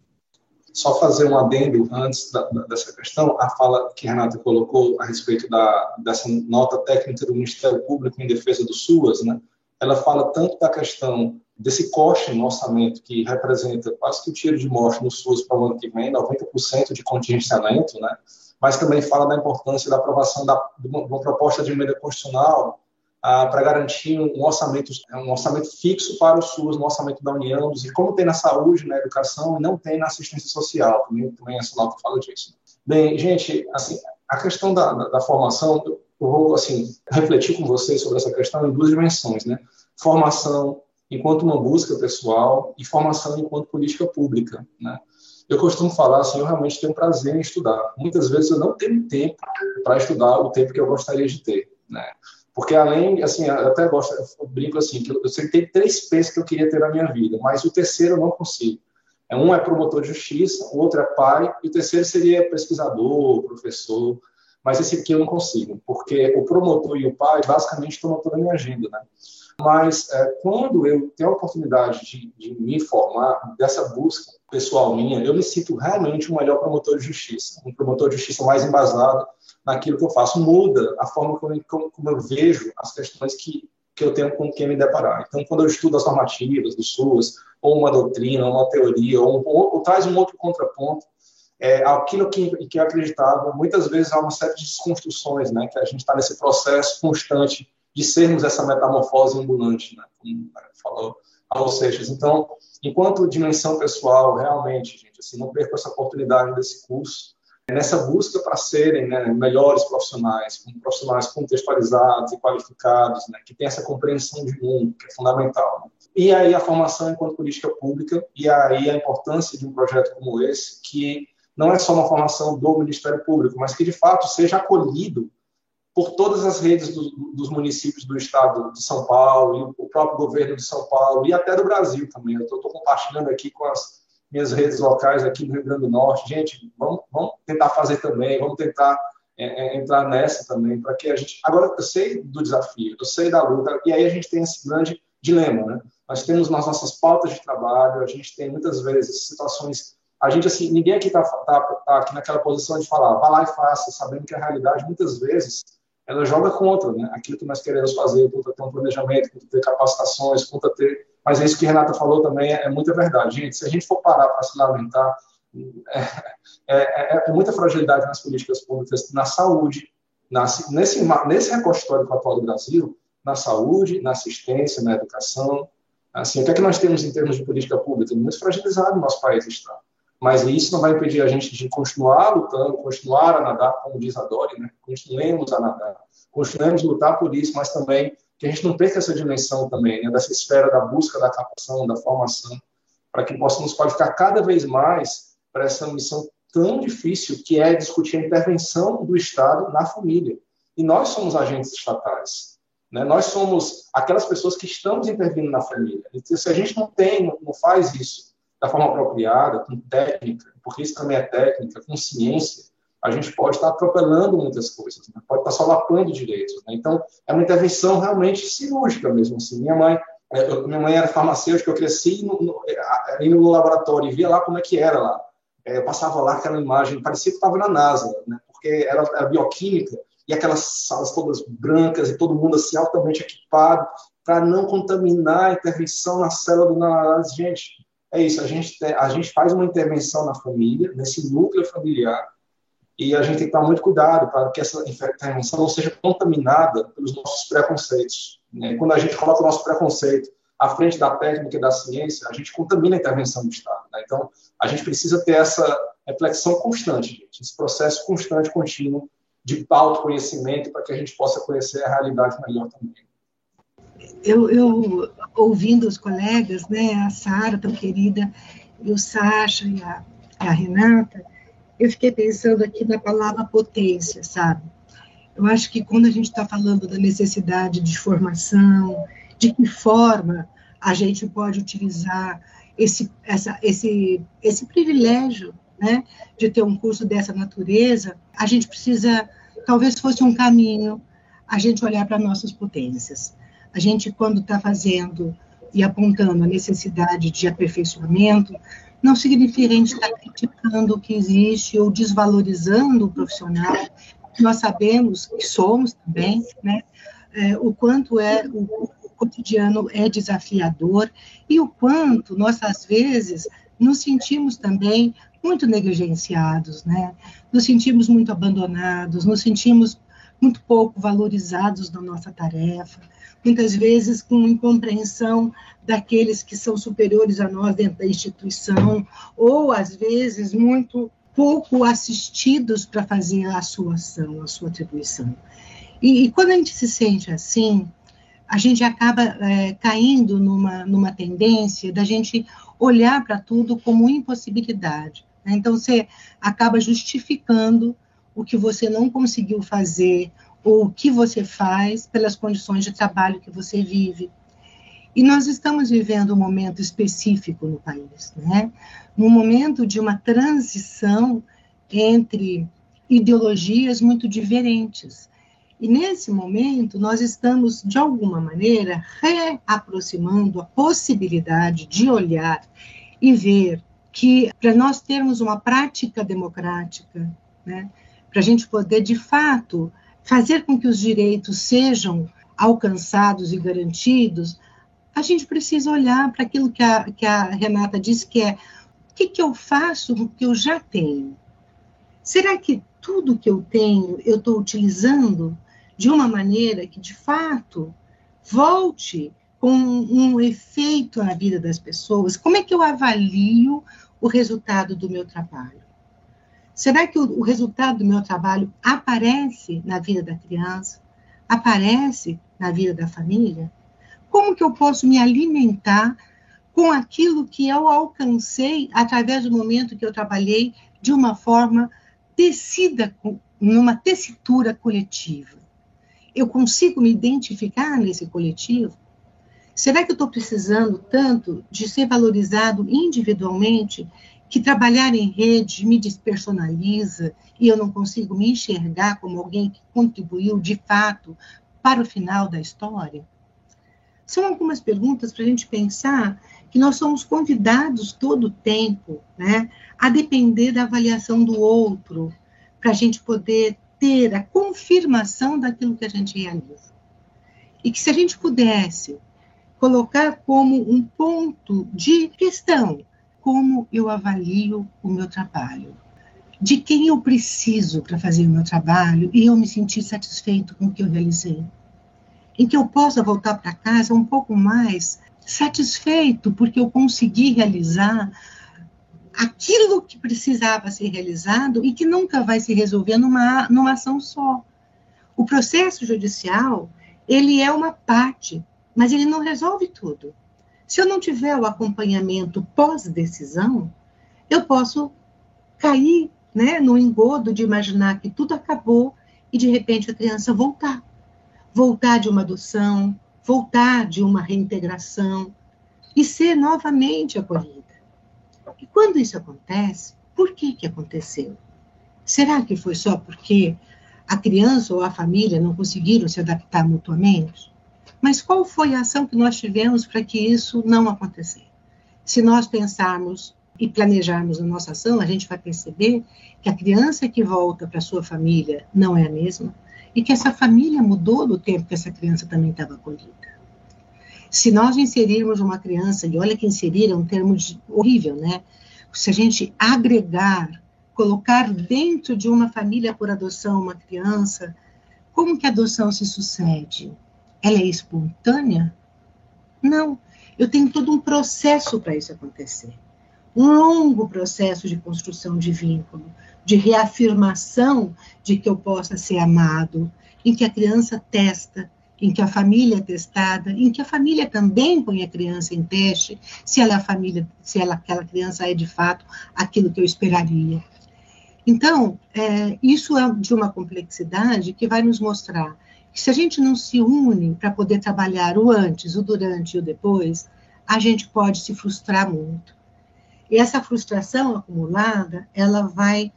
Só fazer um adendo antes dessa questão, a fala que a Renata colocou a respeito dessa nota técnica do Ministério Público em defesa do SUAS, né? Ela fala tanto da questão desse corte no orçamento, que representa quase que o tiro de morte no SUAS para o ano que vem, 90% de contingenciamento, né? Mas também fala da importância da aprovação de uma proposta de emenda constitucional para garantir um orçamento fixo para o SUS, no orçamento da União, e como tem na saúde, na educação, e não tem na assistência social, também essa nota fala disso. Bem, gente, assim, a questão da formação, eu vou assim, refletir com vocês sobre essa questão em duas dimensões, né? Formação enquanto uma busca pessoal e formação enquanto política pública, né? Eu costumo falar assim, eu realmente tenho prazer em estudar. Muitas vezes eu não tenho tempo para estudar o tempo que eu gostaria de ter, né? Porque além, assim, eu até gosto, eu brinco assim, que eu sei que tem 3 P's que eu queria ter na minha vida, mas o terceiro eu não consigo. Um é promotor de justiça, o outro é pai, e o terceiro seria pesquisador, professor, mas esse aqui eu não consigo, porque o promotor e o pai basicamente tomam toda a minha agenda, né? Mas quando eu tenho a oportunidade de me formar, dessa busca pessoal minha, eu me sinto realmente um melhor promotor de justiça, um promotor de justiça mais embasado naquilo que eu faço. Muda a forma como eu vejo as questões que eu tenho com quem me deparar. Então, quando eu estudo as normativas do SUS, ou uma doutrina, ou uma teoria, ou traz um outro contraponto, aquilo que eu acreditava, muitas vezes há uma série de desconstruções, né, que a gente está nesse processo constante de sermos essa metamorfose ambulante, né, como falou Raul Seixas. Então, enquanto dimensão pessoal, realmente, gente, assim, não perco essa oportunidade desse curso, nessa busca para serem, né, melhores profissionais contextualizados e qualificados, né, que tem essa compreensão de mundo, que é fundamental. Né? E aí a formação enquanto política pública, e aí a importância de um projeto como esse, que não é só uma formação do Ministério Público, mas que de fato seja acolhido por todas as redes dos municípios do estado de São Paulo, e o próprio governo de São Paulo, e até do Brasil também. Eu estou compartilhando aqui com as minhas redes locais aqui no Rio Grande do Norte. Gente, vamos tentar fazer também, vamos tentar entrar nessa também, para que a gente... Agora, eu sei do desafio, eu sei da luta, e aí a gente tem esse grande dilema, né? Nós temos nas nossas pautas de trabalho, a gente tem muitas vezes situações... A gente, assim, ninguém aqui está aqui naquela posição de falar, vá lá e faça, sabendo que a realidade, muitas vezes, ela joga contra, né, aquilo que nós queremos fazer, contra ter um planejamento, contra ter capacitações, contra ter... Mas é isso que a Renata falou também, é muita verdade. Gente, se a gente for parar para se lamentar, é muita fragilidade nas políticas públicas, na saúde, nesse recorte histórico atual do Brasil, na saúde, na assistência, na educação. Assim, o que é que nós temos em termos de política pública? Muito fragilizado no nosso país está. Mas isso não vai impedir a gente de continuar lutando, continuar a nadar, como diz a Dori, né? Continuemos a nadar, continuemos a lutar por isso, mas também que a gente não perca essa dimensão também, né? Dessa esfera da busca, da capacitação, da formação, para que possamos qualificar cada vez mais para essa missão tão difícil que é discutir a intervenção do Estado na família. E nós somos agentes estatais, né? Nós somos aquelas pessoas que estamos intervindo na família. Então, se a gente não faz isso da forma apropriada, com técnica, porque isso também é técnica, com ciência, a gente pode estar atropelando muitas coisas, né? Pode estar solapando direitos, né? Então, é uma intervenção realmente cirúrgica mesmo. Assim. Minha mãe era farmacêutica, eu cresci indo no laboratório e via lá como é que era lá. Eu passava lá aquela imagem, parecia que estava na NASA, né? Porque era bioquímica, e aquelas salas todas brancas, e todo mundo assim, altamente equipado, para não contaminar a intervenção na célula do análise. Gente, é isso, a gente faz uma intervenção na família, nesse núcleo familiar, e a gente tem que tomar muito cuidado para que essa intervenção não seja contaminada pelos nossos preconceitos. Né? Quando a gente coloca o nosso preconceito à frente da técnica e da ciência, a gente contamina a intervenção do Estado. Né? Então, a gente precisa ter essa reflexão constante, gente, esse processo constante, contínuo, de autoconhecimento, para que a gente possa conhecer a realidade melhor também. Eu ouvindo os colegas, né, a Sara, tão querida, e o Sacha e a Renata, eu fiquei pensando aqui na palavra potência, sabe? Eu acho que quando a gente está falando da necessidade de formação, de que forma a gente pode utilizar esse privilégio, né, de ter um curso dessa natureza, a gente precisa, talvez fosse um caminho, a gente olhar para nossas potências. A gente, quando está fazendo e apontando a necessidade de aperfeiçoamento, não significa a gente estar criticando o que existe ou desvalorizando o profissional. Nós sabemos que somos também, né? O quanto o cotidiano é desafiador e o quanto nós, às vezes, nos sentimos também muito negligenciados, né? Nos sentimos muito abandonados, nos sentimos muito pouco valorizados na nossa tarefa, muitas vezes com incompreensão daqueles que são superiores a nós dentro da instituição, ou, às vezes, muito pouco assistidos para fazer a sua ação, a sua atribuição. E quando a gente se sente assim, a gente acaba caindo numa tendência da gente olhar para tudo como impossibilidade, né? Então, você acaba justificando o que você não conseguiu fazer, ou o que você faz pelas condições de trabalho que você vive. E nós estamos vivendo um momento específico no país, né? Um momento de uma transição entre ideologias muito diferentes. E nesse momento, nós estamos, de alguma maneira, reaproximando a possibilidade de olhar e ver que, para nós termos uma prática democrática, né, para a gente poder, de fato, fazer com que os direitos sejam alcançados e garantidos, a gente precisa olhar para aquilo que a Renata disse, que é o que eu faço com o que eu já tenho? Será que tudo que eu tenho eu estou utilizando de uma maneira que, de fato, volte com um efeito na vida das pessoas? Como é que eu avalio o resultado do meu trabalho? Será que o resultado do meu trabalho aparece na vida da criança? Aparece na vida da família? Como que eu posso me alimentar com aquilo que eu alcancei através do momento que eu trabalhei de uma forma tecida, numa tessitura coletiva? Eu consigo me identificar nesse coletivo? Será que eu estou precisando tanto de ser valorizado individualmente que trabalhar em rede me despersonaliza e eu não consigo me enxergar como alguém que contribuiu de fato para o final da história? São algumas perguntas para a gente pensar que nós somos convidados todo o tempo, né, a depender da avaliação do outro, para a gente poder ter a confirmação daquilo que a gente realiza. E que se a gente pudesse colocar como um ponto de questão, como eu avalio o meu trabalho, de quem eu preciso para fazer o meu trabalho e eu me sentir satisfeito com o que eu realizei, em que eu possa voltar para casa um pouco mais satisfeito porque eu consegui realizar aquilo que precisava ser realizado e que nunca vai se resolver numa ação só. O processo judicial, ele é uma parte, mas ele não resolve tudo. Se eu não tiver o acompanhamento pós-decisão, eu posso cair, né, no engodo de imaginar que tudo acabou e, de repente, a criança voltar de uma adoção, voltar de uma reintegração e ser novamente acolhida. E quando isso acontece, por que aconteceu? Será que foi só porque a criança ou a família não conseguiram se adaptar mutuamente? Mas qual foi a ação que nós tivemos para que isso não acontecesse? Se nós pensarmos e planejarmos a nossa ação, a gente vai perceber que a criança que volta para a sua família não é a mesma e que essa família mudou no tempo que essa criança também estava acolhida. Se nós inserirmos uma criança, e olha que inserir é um termo horrível, né? Se a gente agregar, colocar dentro de uma família por adoção uma criança, como que a adoção se sucede? Ela é espontânea? Não. Eu tenho todo um processo para isso acontecer. Um longo processo de construção de vínculo, de reafirmação de que eu possa ser amado, em que a criança testa em que a família é testada, em que a família também põe a criança em teste, se ela é a família, se ela, aquela criança é de fato aquilo que eu esperaria. Então, isso é de uma complexidade que vai nos mostrar que se a gente não se une para poder trabalhar o antes, o durante e o depois, a gente pode se frustrar muito. E essa frustração acumulada, ela vai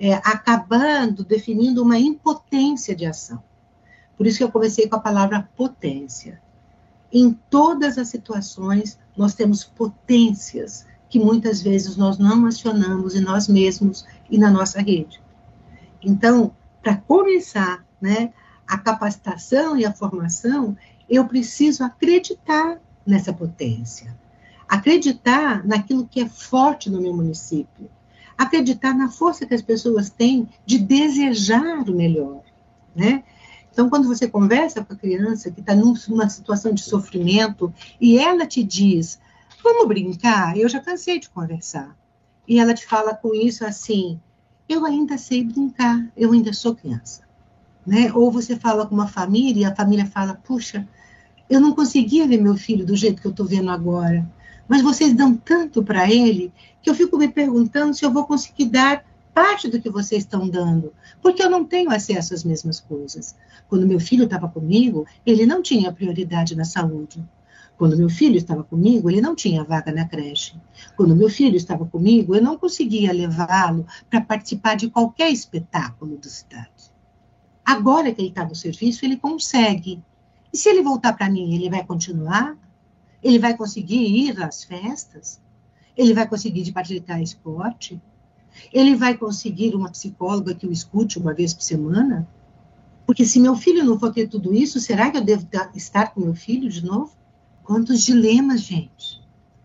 acabando definindo uma impotência de ação. Por isso que eu comecei com a palavra potência. Em todas as situações, nós temos potências que muitas vezes nós não acionamos em nós mesmos e na nossa rede. Então, para começar, né, a capacitação e a formação, eu preciso acreditar nessa potência. Acreditar naquilo que é forte no meu município. Acreditar na força que as pessoas têm de desejar o melhor, né? Então, quando você conversa com a criança que está numa situação de sofrimento e ela te diz, vamos brincar? Eu já cansei de conversar. E ela te fala com isso assim, eu ainda sei brincar, eu ainda sou criança. Né? Ou você fala com uma família e a família fala, puxa, eu não conseguia ver meu filho do jeito que eu estou vendo agora, mas vocês dão tanto para ele que eu fico me perguntando se eu vou conseguir dar parte do que vocês estão dando, porque eu não tenho acesso às mesmas coisas. Quando meu filho estava comigo, ele não tinha prioridade na saúde. Quando meu filho estava comigo, ele não tinha vaga na creche. Quando meu filho estava comigo, eu não conseguia levá-lo para participar de qualquer espetáculo da cidade. Agora que ele está no serviço, ele consegue. E se ele voltar para mim, ele vai continuar? Ele vai conseguir ir às festas? Ele vai conseguir praticar esporte? Ele vai conseguir uma psicóloga que o escute uma vez por semana? Porque se meu filho não for ter tudo isso, será que eu devo estar com meu filho de novo? Quantos dilemas, gente.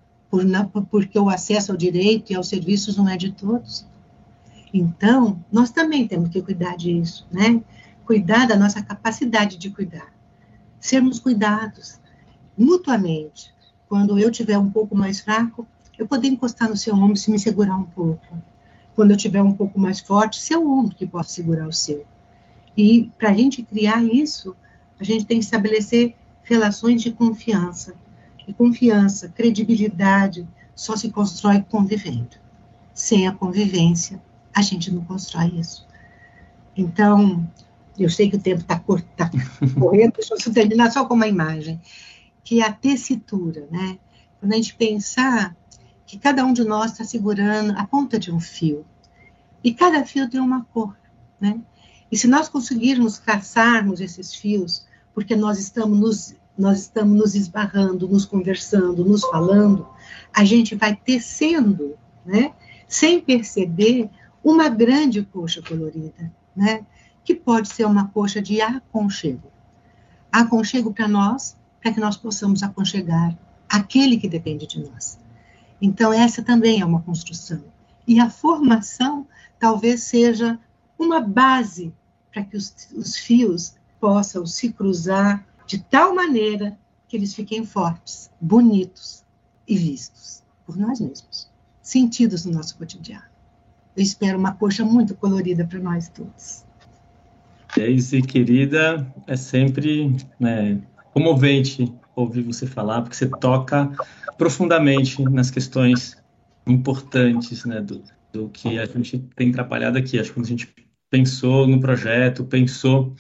Porque o acesso ao direito e aos serviços não é de todos. Então, nós também temos que cuidar disso, né? Cuidar da nossa capacidade de cuidar. Sermos cuidados mutuamente. Quando eu estiver um pouco mais fraco, eu poder encostar no seu ombro e me segurar um pouco. Quando eu estiver um pouco mais forte, seu ombro que possa segurar o seu. E para a gente criar isso, a gente tem que estabelecer relações de confiança. E confiança, credibilidade, só se constrói convivendo. Sem a convivência, a gente não constrói isso. Então, eu sei que o tempo está correndo, deixa eu terminar só com uma imagem, que é a tessitura, né? Quando a gente pensar que cada um de nós está segurando a ponta de um fio, e cada fio tem uma cor, né? E se nós conseguirmos traçarmos esses fios, porque nós estamos nos esbarrando, nos conversando, nos falando, a gente vai tecendo, né? Sem perceber, uma grande coxa colorida, né? Que pode ser uma coxa de aconchego. Aconchego para nós, para que nós possamos aconchegar aquele que depende de nós. Então, essa também é uma construção. E a formação talvez seja uma base para que os fios possam se cruzar de tal maneira que eles fiquem fortes, bonitos e vistos por nós mesmos, sentidos no nosso cotidiano. Eu espero uma coxa muito colorida para nós todos. Daisy, querida, é sempre comovente ouvir você falar, porque você toca profundamente nas questões importantes, né, do que a gente tem trabalhado aqui. Acho que quando a gente pensou no projeto, pensou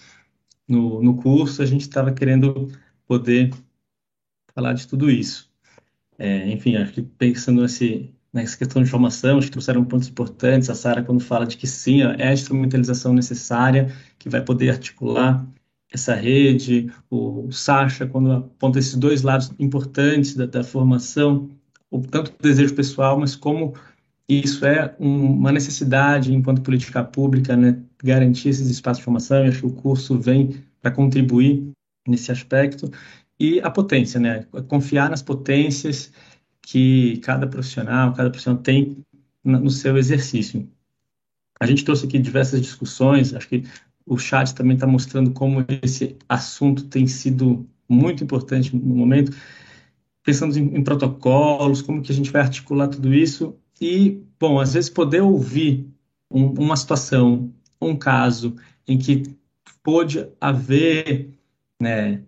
no curso, a gente estava querendo poder falar de tudo isso. Enfim, acho que pensando nessa questão de formação, acho que trouxeram pontos importantes. A Sara, quando fala de que sim, é a instrumentalização necessária que vai poder articular essa rede. O Sacha, quando aponta esses dois lados importantes da formação, tanto o desejo pessoal, mas como isso é uma necessidade enquanto política pública, né, garantir esses espaços de formação. E acho que o curso vem para contribuir nesse aspecto. E a potência, né, confiar nas potências que cada profissional tem no seu exercício. A gente trouxe aqui diversas discussões, acho que o chat também está mostrando como esse assunto tem sido muito importante no momento. Pensamos em protocolos, como que a gente vai articular tudo isso. E, bom, às vezes poder ouvir uma situação, um caso em que pôde haver, né,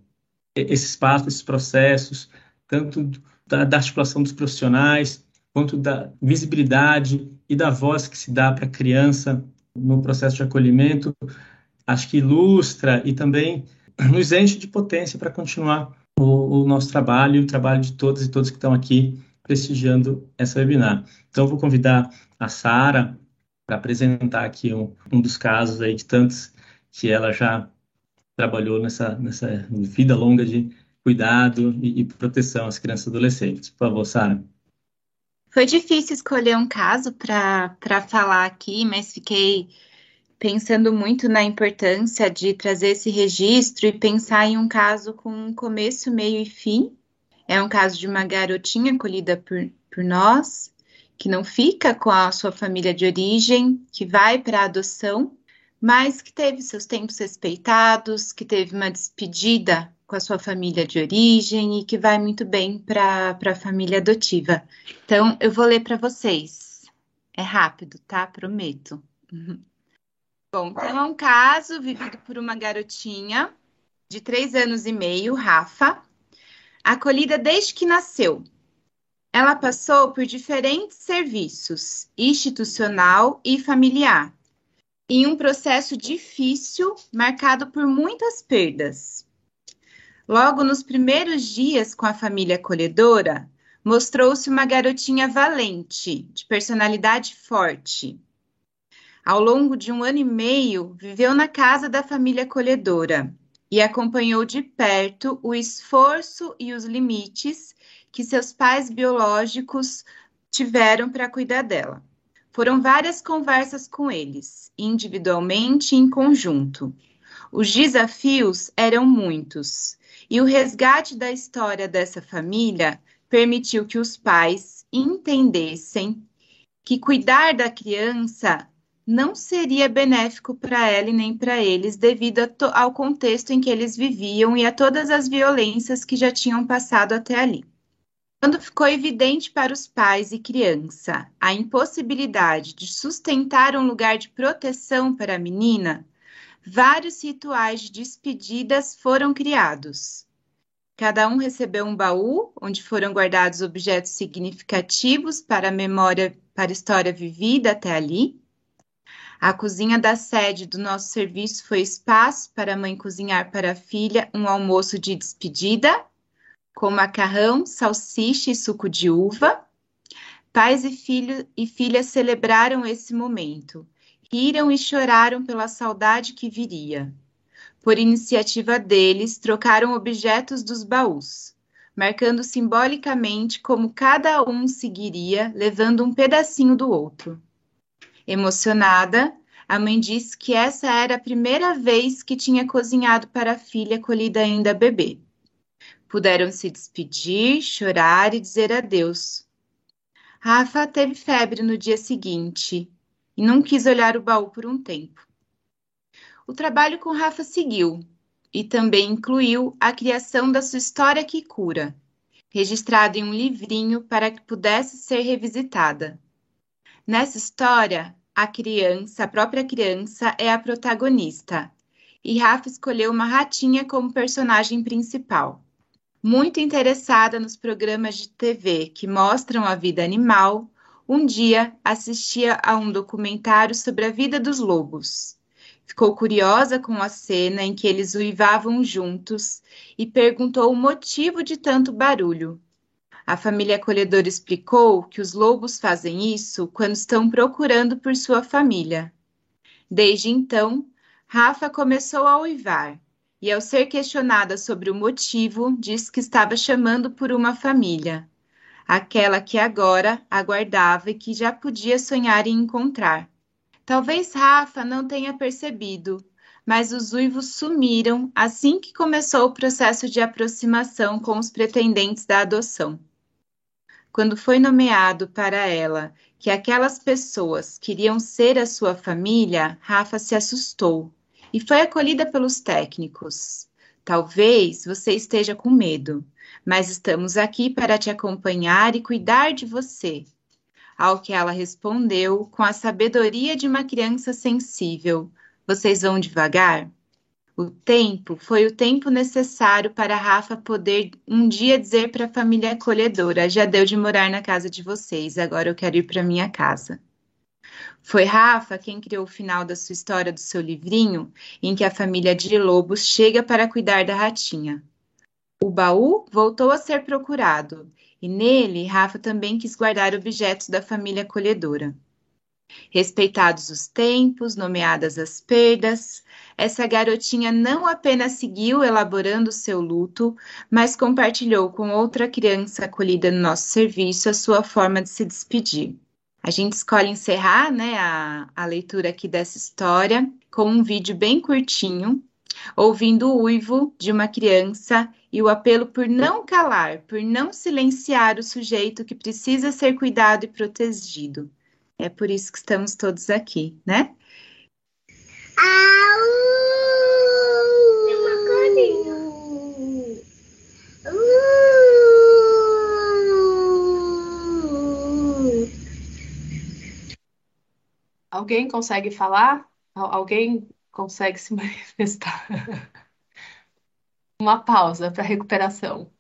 esse espaço, esses processos, tanto da articulação dos profissionais, quanto da visibilidade e da voz que se dá para a criança no processo de acolhimento, acho que ilustra e também nos enche de potência para continuar o nosso trabalho e o trabalho de todas e todos que estão aqui prestigiando essa webinar. Então, eu vou convidar a Sara para apresentar aqui um dos casos aí de tantos que ela já trabalhou nessa vida longa de cuidado e proteção às crianças e adolescentes. Por favor, Sara. Foi difícil escolher um caso para falar aqui, mas fiquei pensando muito na importância de trazer esse registro e pensar em um caso com um começo, meio e fim. É um caso de uma garotinha acolhida por nós, que não fica com a sua família de origem, que vai para a adoção, mas que teve seus tempos respeitados, que teve uma despedida com a sua família de origem e que vai muito bem para a família adotiva. Então, eu vou ler para vocês. É rápido, tá? Prometo. Bom, então é um caso vivido por uma garotinha de 3 anos e meio, Rafa, acolhida desde que nasceu. Ela passou por diferentes serviços, institucional e familiar, em um processo difícil, marcado por muitas perdas. Logo nos primeiros dias com a família acolhedora, mostrou-se uma garotinha valente, de personalidade forte. Ao longo de 1 ano e meio, viveu na casa da família acolhedora e acompanhou de perto o esforço e os limites que seus pais biológicos tiveram para cuidar dela. Foram várias conversas com eles, individualmente e em conjunto. Os desafios eram muitos, e o resgate da história dessa família permitiu que os pais entendessem que cuidar da criança não seria benéfico para ela e nem para eles, devido ao contexto em que eles viviam e a todas as violências que já tinham passado até ali. Quando ficou evidente para os pais e criança a impossibilidade de sustentar um lugar de proteção para a menina, vários rituais de despedidas foram criados. Cada um recebeu um baú, onde foram guardados objetos significativos para a memória, para a história vivida até ali. A cozinha da sede do nosso serviço foi espaço para a mãe cozinhar para a filha um almoço de despedida, com macarrão, salsicha e suco de uva. Pais e filhas celebraram esse momento, riram e choraram pela saudade que viria. Por iniciativa deles, trocaram objetos dos baús, marcando simbolicamente como cada um seguiria, levando um pedacinho do outro. Emocionada, a mãe disse que essa era a primeira vez que tinha cozinhado para a filha acolhida ainda bebê. Puderam se despedir, chorar e dizer adeus. Rafa teve febre no dia seguinte e não quis olhar o baú por um tempo. O trabalho com Rafa seguiu e também incluiu a criação da sua história que cura, registrada em um livrinho para que pudesse ser revisitada. Nessa história, a própria criança é a protagonista, e Rafa escolheu uma ratinha como personagem principal. Muito interessada nos programas de TV que mostram a vida animal, um dia assistia a um documentário sobre a vida dos lobos. Ficou curiosa com a cena em que eles uivavam juntos e perguntou o motivo de tanto barulho. A família acolhedora explicou que os lobos fazem isso quando estão procurando por sua família. Desde então, Rafa começou a uivar e, ao ser questionada sobre o motivo, disse que estava chamando por uma família, aquela que agora aguardava e que já podia sonhar em encontrar. Talvez Rafa não tenha percebido, mas os uivos sumiram assim que começou o processo de aproximação com os pretendentes da adoção. Quando foi nomeado para ela que aquelas pessoas queriam ser a sua família, Rafa se assustou e foi acolhida pelos técnicos. Talvez você esteja com medo, mas estamos aqui para te acompanhar e cuidar de você. Ao que ela respondeu com a sabedoria de uma criança sensível: vocês vão devagar? O tempo foi o tempo necessário para a Rafa poder um dia dizer para a família acolhedora: já deu de morar na casa de vocês, agora eu quero ir para minha casa. Foi Rafa quem criou o final da sua história do seu livrinho, em que a família de lobos chega para cuidar da ratinha. O baú voltou a ser procurado, e nele Rafa também quis guardar objetos da família acolhedora. Respeitados os tempos, nomeadas as perdas, essa garotinha não apenas seguiu elaborando seu luto, mas compartilhou com outra criança acolhida no nosso serviço a sua forma de se despedir. A gente escolhe encerrar, né, a leitura aqui dessa história com um vídeo bem curtinho, ouvindo o uivo de uma criança e o apelo por não calar, por não silenciar o sujeito que precisa ser cuidado e protegido. É por isso que estamos todos aqui, né? Alguém consegue falar? Alguém consegue se manifestar? Uma pausa para recuperação.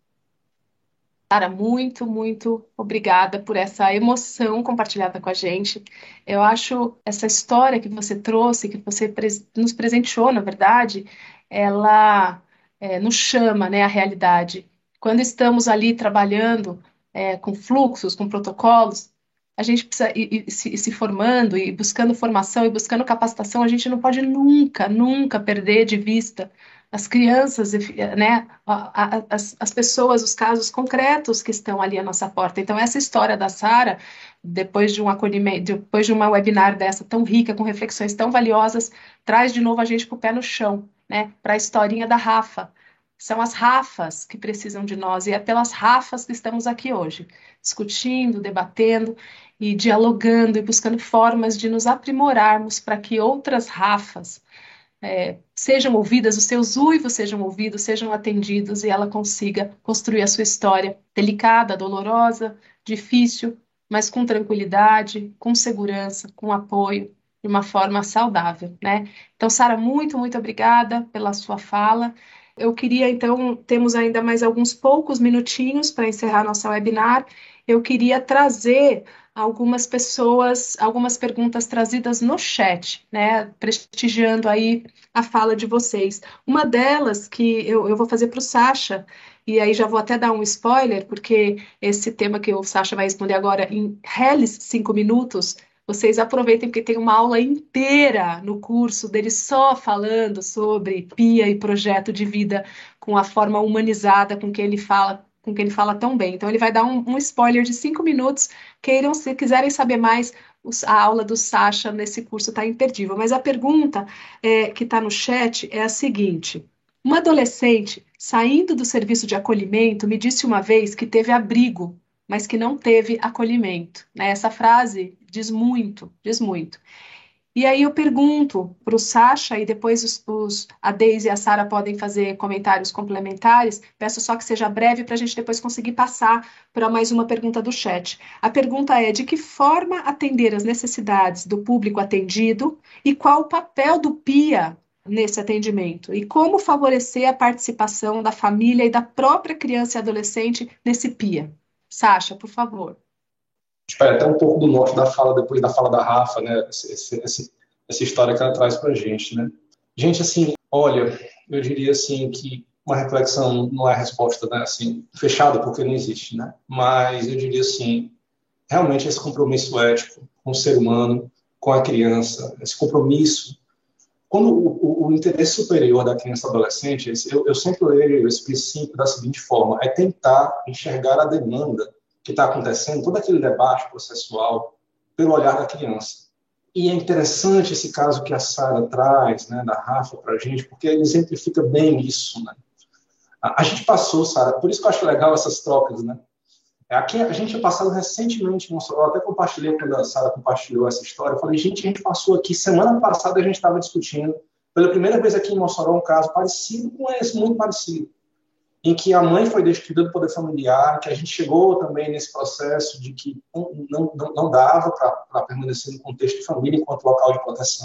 Sara, muito, muito obrigada por essa emoção compartilhada com a gente. Eu acho essa história que você trouxe, que você nos presenteou, na verdade, ela nos chama, né, à realidade. Quando estamos ali trabalhando com fluxos, com protocolos, a gente precisa ir se formando e buscando formação e buscando capacitação, a gente não pode nunca, nunca perder de vista as crianças, né, as pessoas, os casos concretos que estão ali à nossa porta. Então, essa história da Sara, depois de um acolhimento, depois de uma webinar dessa tão rica, com reflexões tão valiosas, traz de novo a gente para o pé no chão, né, para a historinha da Rafa. São as Rafas que precisam de nós, e é pelas Rafas que estamos aqui hoje, discutindo, debatendo e dialogando e buscando formas de nos aprimorarmos para que outras Rafas sejam ouvidas, os seus uivos sejam ouvidos, sejam atendidos e ela consiga construir a sua história delicada, dolorosa, difícil, mas com tranquilidade, com segurança, com apoio, de uma forma saudável, né? Então, Sara, muito, muito obrigada pela sua fala. Eu queria, então, temos ainda mais alguns poucos minutinhos para encerrar nossa webinar. Eu queria trazer algumas pessoas, algumas perguntas trazidas no chat, né, prestigiando aí a fala de vocês. Uma delas que eu vou fazer para o Sacha, e aí já vou até dar um spoiler, porque esse tema que o Sacha vai responder agora em reles 5 minutos, vocês aproveitem porque tem uma aula inteira no curso dele só falando sobre PIA e projeto de vida com a forma humanizada com que ele fala tão bem. Então, ele vai dar um spoiler de 5 minutos. Se quiserem saber mais, a aula do Sacha nesse curso está imperdível. Mas a pergunta que está no chat é a seguinte: uma adolescente saindo do serviço de acolhimento me disse uma vez que teve abrigo, mas que não teve acolhimento. Né? Essa frase diz muito, diz muito. E aí eu pergunto para o Sacha, e depois a Deise e a Sara podem fazer comentários complementares, peço só que seja breve para a gente depois conseguir passar para mais uma pergunta do chat. A pergunta é: de que forma atender as necessidades do público atendido e qual o papel do PIA nesse atendimento? E como favorecer a participação da família e da própria criança e adolescente nesse PIA? Sacha, por favor. Espera até um pouco do norte da fala, depois da fala da Rafa, né? Essa história que ela traz para a gente, né? Gente, assim, olha, eu diria assim que uma reflexão não é resposta, né? Assim, fechada, porque não existe, né? Mas eu diria assim, realmente esse compromisso ético com o ser humano, com a criança, esse compromisso, quando o interesse superior da criança e adolescente, eu sempre leio esse princípio da seguinte forma: é tentar enxergar a demanda que está acontecendo, todo aquele debate processual, pelo olhar da criança. E é interessante esse caso que a Sara traz, né, da Rafa, para a gente, porque ele exemplifica bem isso. Né? A gente passou, Sara, por isso que eu acho legal essas trocas. Né? Aqui a gente tinha passado recentemente em Mossoró, até compartilhei quando a Sara compartilhou essa história, eu falei, gente, a gente passou aqui, semana passada a gente estava discutindo, pela primeira vez aqui em Mossoró, um caso parecido com esse, muito parecido, em que a mãe foi destituída do poder familiar, que a gente chegou também nesse processo de que não dava para permanecer no contexto de família enquanto local de proteção.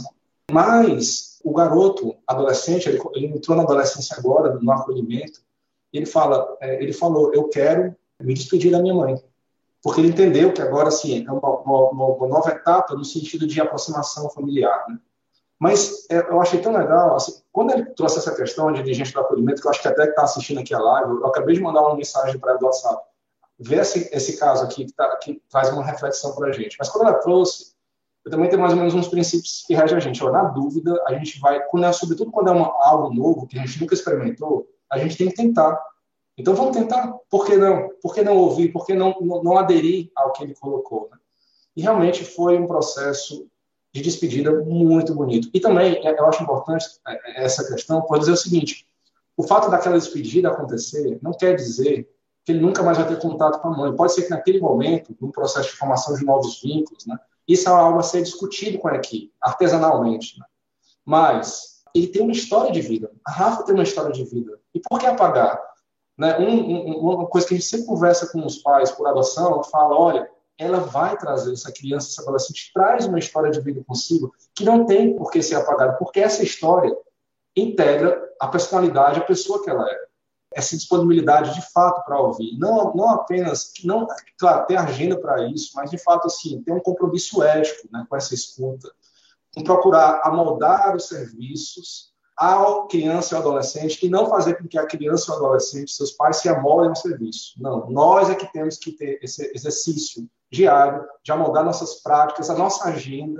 Mas o garoto, adolescente, ele entrou na adolescência agora, no acolhimento, ele falou, eu quero me despedir da minha mãe. Porque ele entendeu que agora, assim, é uma nova etapa no sentido de aproximação familiar, né? Mas eu achei tão legal, assim, quando ele trouxe essa questão de dirigente do acolhimento, que eu acho que até que está assistindo aqui a live, eu acabei de mandar uma mensagem para ela do WhatsApp. Vê esse caso aqui que traz uma reflexão para a gente. Mas quando ela trouxe, eu também tenho mais ou menos uns princípios que regem a gente. Na dúvida, a gente vai, sobretudo quando é algo novo, que a gente nunca experimentou, a gente tem que tentar. Então vamos tentar. Por que não? Por que não ouvir? Por que não aderir ao que ele colocou? Né? E realmente foi um processo de despedida muito bonito. E também, eu acho importante essa questão, por dizer o seguinte, o fato daquela despedida acontecer não quer dizer que ele nunca mais vai ter contato com a mãe. Pode ser que naquele momento, num processo de formação de novos vínculos, né, isso é algo a ser discutido com a equipe, artesanalmente. Né? Mas ele tem uma história de vida. A Rafa tem uma história de vida. E por que apagar? Né? Uma coisa que a gente sempre conversa com os pais por adoção, fala, olha, ela vai trazer essa criança, essa adolescente, traz uma história de vida consigo que não tem por que ser apagada, porque essa história integra a personalidade, a pessoa que ela é. Essa disponibilidade, de fato, para ouvir. Não apenas, claro, ter agenda para isso, mas, de fato, assim, ter um compromisso ético, né, com essa escuta, em procurar amoldar os serviços à criança e ao adolescente e não fazer com que a criança e o adolescente, seus pais, se amoldem ao serviço. Não, nós é que temos que ter esse exercício diário de amoldar nossas práticas, a nossa agenda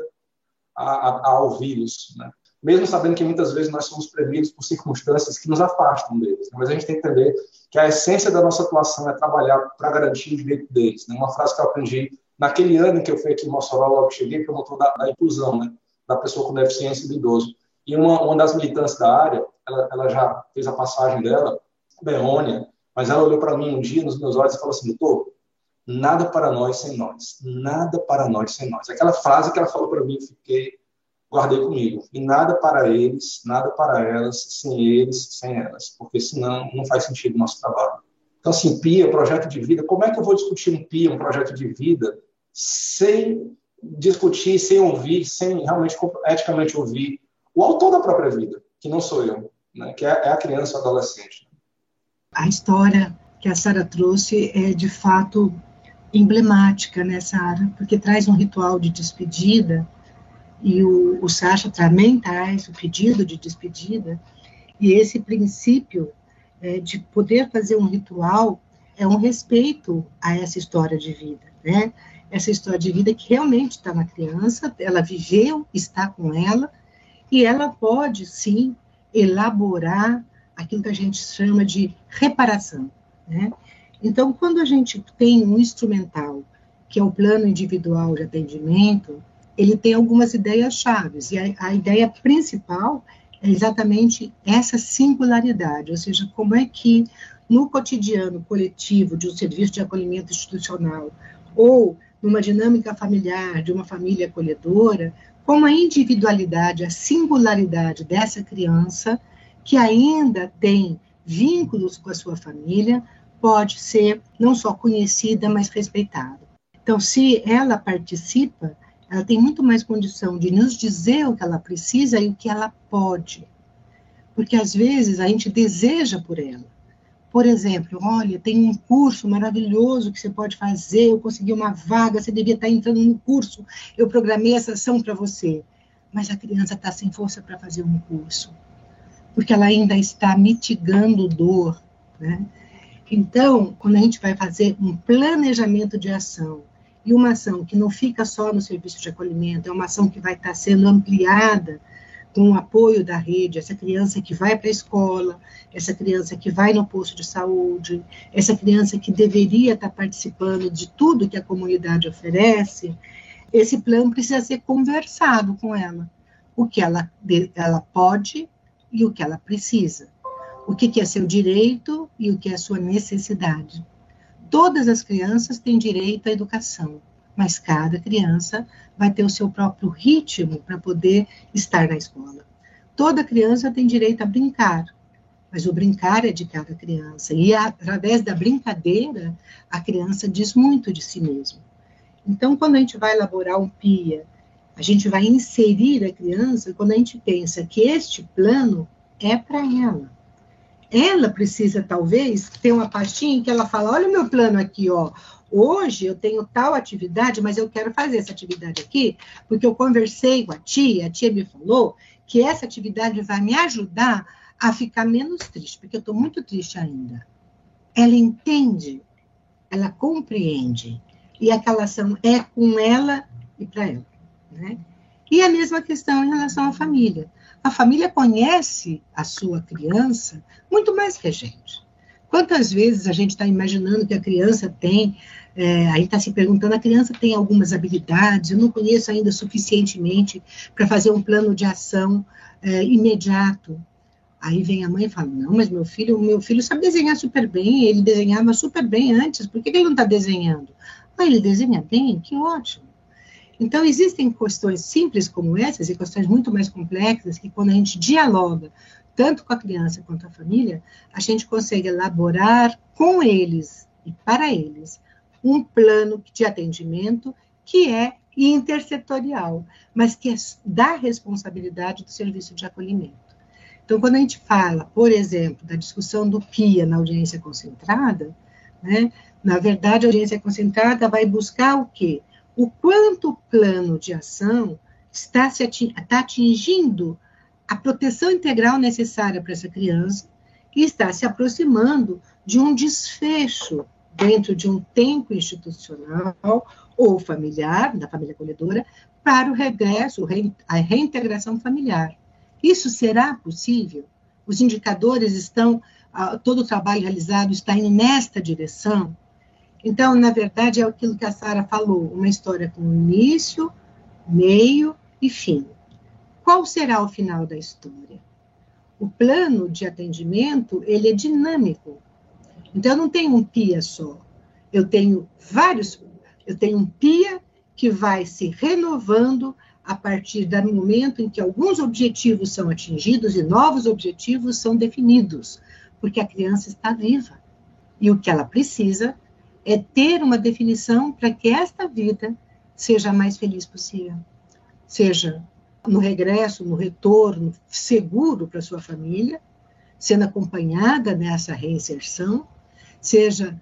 a ouvi-los, né? Mesmo sabendo que muitas vezes nós somos premidos por circunstâncias que nos afastam deles. Né? Mas a gente tem que entender que a essência da nossa atuação é trabalhar para garantir o direito deles. Né? Uma frase que eu aprendi naquele ano em que eu fui aqui em Mossoró, logo que cheguei, promotor da inclusão, né? Da pessoa com deficiência e do idoso. E uma das militantes da área, ela já fez a passagem dela, Beônia, mas ela olhou para mim um dia nos meus olhos e falou assim, doutor, nada para nós sem nós. Nada para nós sem nós. Aquela frase que ela falou para mim, guardei comigo. E nada para eles, nada para elas, sem eles, sem elas. Porque senão não faz sentido o nosso trabalho. Então, assim, PIA, projeto de vida, como é que eu vou discutir um PIA, um projeto de vida, sem discutir, sem ouvir, sem realmente eticamente ouvir o autor da própria vida, que não sou eu, né? Que é a criança ou adolescente. A história que a Sara trouxe é, de fato, emblemática, né, Sara? Porque traz um ritual de despedida, e o Sacha também traz o pedido de despedida, e esse princípio de poder fazer um ritual é um respeito a essa história de vida, né? Essa história de vida que realmente está na criança, ela viveu, está com ela, e ela pode, sim, elaborar aquilo que a gente chama de reparação, né? Então, quando a gente tem um instrumental, que é o plano individual de atendimento, ele tem algumas ideias chaves, e a ideia principal é exatamente essa singularidade, ou seja, como é que no cotidiano coletivo de um serviço de acolhimento institucional, ou numa dinâmica familiar de uma família acolhedora, como a individualidade, a singularidade dessa criança, que ainda tem vínculos com a sua família, pode ser não só conhecida, mas respeitada. Então, se ela participa, ela tem muito mais condição de nos dizer o que ela precisa e o que ela pode. Porque, às vezes, a gente deseja por ela. Por exemplo, olha, tem um curso maravilhoso que você pode fazer, eu consegui uma vaga, você devia estar entrando no curso, eu programei essa ação para você. Mas a criança está sem força para fazer um curso, porque ela ainda está mitigando dor, né? Então, quando a gente vai fazer um planejamento de ação, e uma ação que não fica só no serviço de acolhimento, é uma ação que vai estar sendo ampliada com o apoio da rede, essa criança que vai para a escola, essa criança que vai no posto de saúde, essa criança que deveria estar participando de tudo que a comunidade oferece, esse plano precisa ser conversado com ela. O que ela pode e o que ela precisa. O que é seu direito e o que é sua necessidade. Todas as crianças têm direito à educação, mas cada criança vai ter o seu próprio ritmo para poder estar na escola. Toda criança tem direito a brincar, mas o brincar é de cada criança. E através da brincadeira, a criança diz muito de si mesma. Então, quando a gente vai elaborar um PIA, A gente vai inserir a criança quando a gente pensa que este plano é para ela. Ela precisa, talvez, ter uma pastinha em que ela fala, olha o meu plano aqui, ó. Hoje eu tenho tal atividade, mas eu quero fazer essa atividade aqui, porque eu conversei com a tia me falou que essa atividade vai me ajudar a ficar menos triste, porque eu estou muito triste ainda. Ela entende, ela compreende, e aquela ação é com ela e para ela, né? E a mesma questão em relação à família. A família conhece a sua criança muito mais que a gente. Quantas vezes a gente está imaginando que a criança tem, a gente está se perguntando, a criança tem algumas habilidades, eu não conheço ainda suficientemente para fazer um plano de ação imediato. Aí vem a mãe e fala, não, mas meu filho sabe desenhar super bem, ele desenhava super bem antes, por que ele não está desenhando? Ah, ele desenha bem? Que ótimo. Então, existem questões simples como essas e questões muito mais complexas que, quando a gente dialoga, tanto com a criança quanto a família, a gente consegue elaborar com eles e para eles um plano de atendimento que é intersetorial, mas que é da responsabilidade do serviço de acolhimento. Então, quando a gente fala, por exemplo, da discussão do PIA na audiência concentrada, né, na verdade, a audiência concentrada vai buscar o quê? O quanto o plano de ação está atingindo a proteção integral necessária para essa criança e está se aproximando de um desfecho dentro de um tempo institucional ou familiar, da família acolhedora, para o regresso, a reintegração familiar. Isso será possível? Os indicadores estão, todo o trabalho realizado está indo nesta direção? Então, na verdade, é aquilo que a Sara falou, uma história com início, meio e fim. Qual será o final da história? O plano de atendimento, ele é dinâmico. Então, eu não tenho um PIA só. Eu tenho um PIA que vai se renovando a partir do momento em que alguns objetivos são atingidos e novos objetivos são definidos, porque a criança está viva. E o que ela precisa é ter uma definição para que esta vida seja a mais feliz possível. Seja no regresso, no retorno seguro para sua família, sendo acompanhada nessa reinserção, seja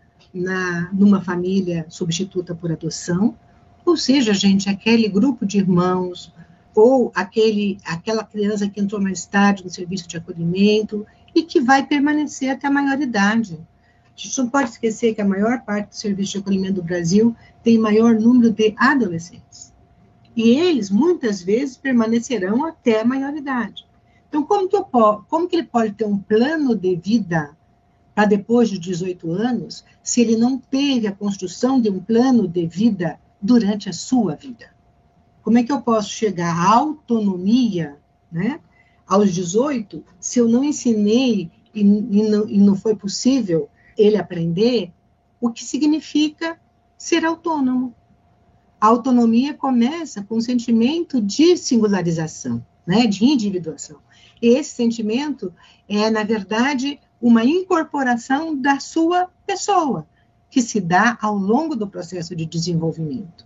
numa família substituta por adoção, ou seja, gente, aquele grupo de irmãos, ou aquela criança que entrou mais tarde no serviço de acolhimento e que vai permanecer até a maioridade. A gente não pode esquecer que a maior parte do serviço de acolhimento do Brasil tem maior número de adolescentes. E eles, muitas vezes, permanecerão até a maioridade. Então, como que ele pode ter um plano de vida para depois de 18 anos, se ele não teve a construção de um plano de vida durante a sua vida? Como é que eu posso chegar à autonomia, né, aos 18, se eu não ensinei e não foi possível ele aprender o que significa ser autônomo? A autonomia começa com um sentimento de singularização, né, de individuação. E esse sentimento é, na verdade, uma incorporação da sua pessoa, que se dá ao longo do processo de desenvolvimento.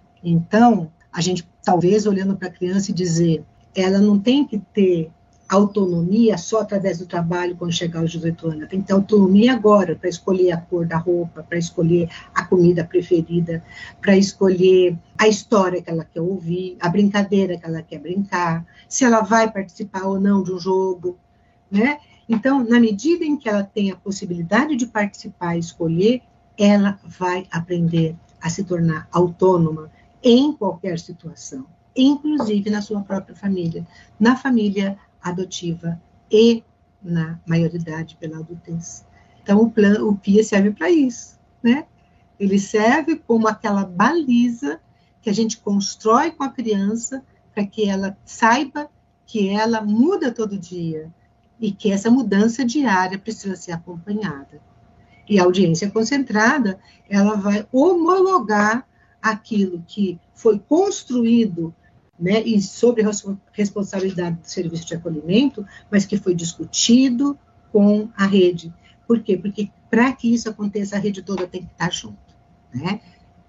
Então, a gente, talvez, olhando para a criança e dizer, ela não tem que ter autonomia só através do trabalho quando chegar aos 18 anos, ela tem que ter autonomia agora para escolher a cor da roupa, para escolher a comida preferida, para escolher a história que ela quer ouvir, a brincadeira que ela quer brincar, se ela vai participar ou não de um jogo, né? Então, na medida em que ela tem a possibilidade de participar e escolher, ela vai aprender a se tornar autônoma em qualquer situação, inclusive na sua própria família, na família adotiva e na maioridade pela adultez. Então, o PIA serve para isso, né? Ele serve como aquela baliza que a gente constrói com a criança para que ela saiba que ela muda todo dia e que essa mudança diária precisa ser acompanhada. E a audiência concentrada, ela vai homologar aquilo que foi construído, né, e sobre a responsabilidade do serviço de acolhimento, mas que foi discutido com a rede. Por quê? Porque para que isso aconteça, a rede toda tem que estar junto, né?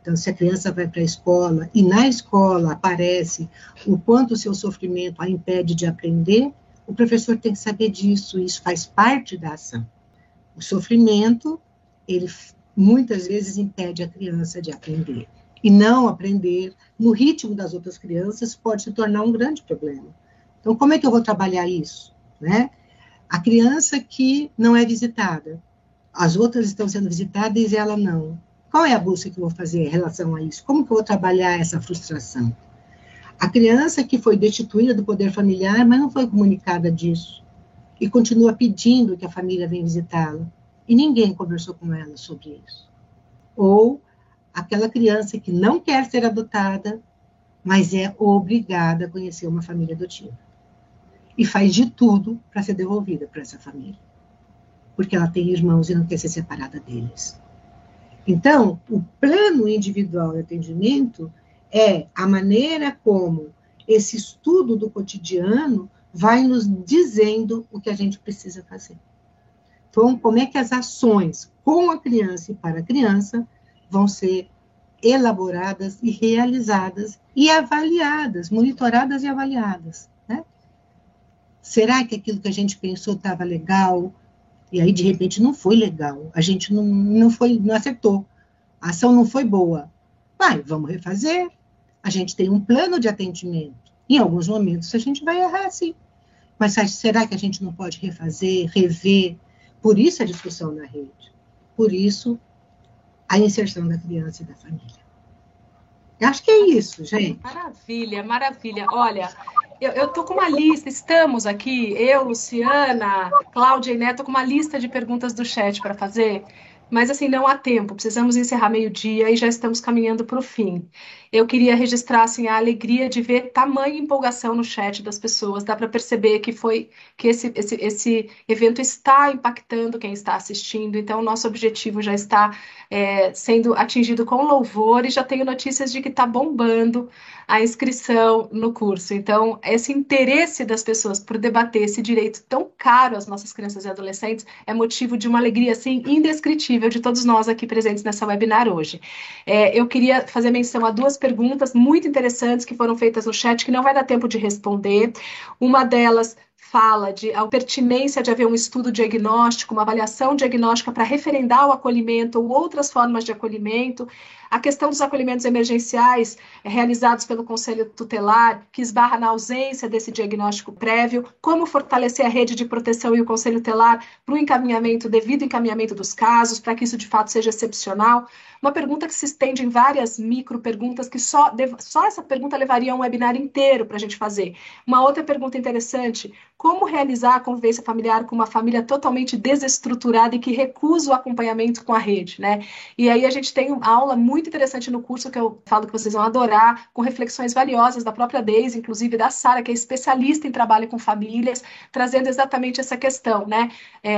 Então, se a criança vai para a escola e na escola aparece o quanto o seu sofrimento a impede de aprender, o professor tem que saber disso, isso faz parte da ação. O sofrimento, ele muitas vezes impede a criança de aprender. E não aprender no ritmo das outras crianças pode se tornar um grande problema. Então, como é que eu vou trabalhar isso, né? A criança que não é visitada, as outras estão sendo visitadas e ela não. Qual é a busca que eu vou fazer em relação a isso? Como que eu vou trabalhar essa frustração? A criança que foi destituída do poder familiar, mas não foi comunicada disso, e continua pedindo que a família venha visitá-la, e ninguém conversou com ela sobre isso. Ou aquela criança que não quer ser adotada, mas é obrigada a conhecer uma família adotiva. E faz de tudo para ser devolvida para essa família. Porque ela tem irmãos e não quer ser separada deles. Então, o plano individual de atendimento é a maneira como esse estudo do cotidiano vai nos dizendo o que a gente precisa fazer. Então, como é que as ações com a criança e para a criança vão ser elaboradas e realizadas e avaliadas, monitoradas e avaliadas, né? Será que aquilo que a gente pensou estava legal? E aí, de repente, não foi legal. A gente não acertou. A ação não foi boa. Vamos refazer. A gente tem um plano de atendimento. Em alguns momentos, a gente vai errar, sim. Mas será que a gente não pode refazer, rever? Por isso a discussão na rede. Por isso, a inserção da criança e da família. Eu acho que é isso, gente. Maravilha, maravilha. Olha, eu estou com uma lista, estamos aqui, eu, Luciana, Cláudia e Neto, estou com uma lista de perguntas do chat para fazer, mas assim, não há tempo, precisamos encerrar meio-dia e já estamos caminhando para o fim. Eu queria registrar assim, a alegria de ver tamanha empolgação no chat das pessoas, dá para perceber que esse evento está impactando quem está assistindo, então o nosso objetivo já está sendo atingido com louvor e já tenho notícias de que está bombando a inscrição no curso. Então, esse interesse das pessoas por debater esse direito tão caro às nossas crianças e adolescentes é motivo de uma alegria assim indescritível de todos nós aqui presentes nessa webinar hoje. Eu queria fazer menção a duas perguntas muito interessantes que foram feitas no chat que não vai dar tempo de responder. Uma delas fala a pertinência de haver um estudo diagnóstico, uma avaliação diagnóstica para referendar o acolhimento ou outras formas de acolhimento. A questão dos acolhimentos emergenciais realizados pelo Conselho Tutelar, que esbarra na ausência desse diagnóstico prévio, como fortalecer a rede de proteção e o Conselho Tutelar para o devido encaminhamento dos casos, para que isso de fato seja excepcional. Uma pergunta que se estende em várias micro-perguntas, que só essa pergunta levaria um webinar inteiro para a gente fazer. Uma outra pergunta interessante, como realizar a convivência familiar com uma família totalmente desestruturada e que recusa o acompanhamento com a rede, né? E aí a gente tem uma aula muito interessante no curso que eu falo que vocês vão adorar, com reflexões valiosas da própria Deise, inclusive da Sara, que é especialista em trabalho com famílias, trazendo exatamente essa questão, né?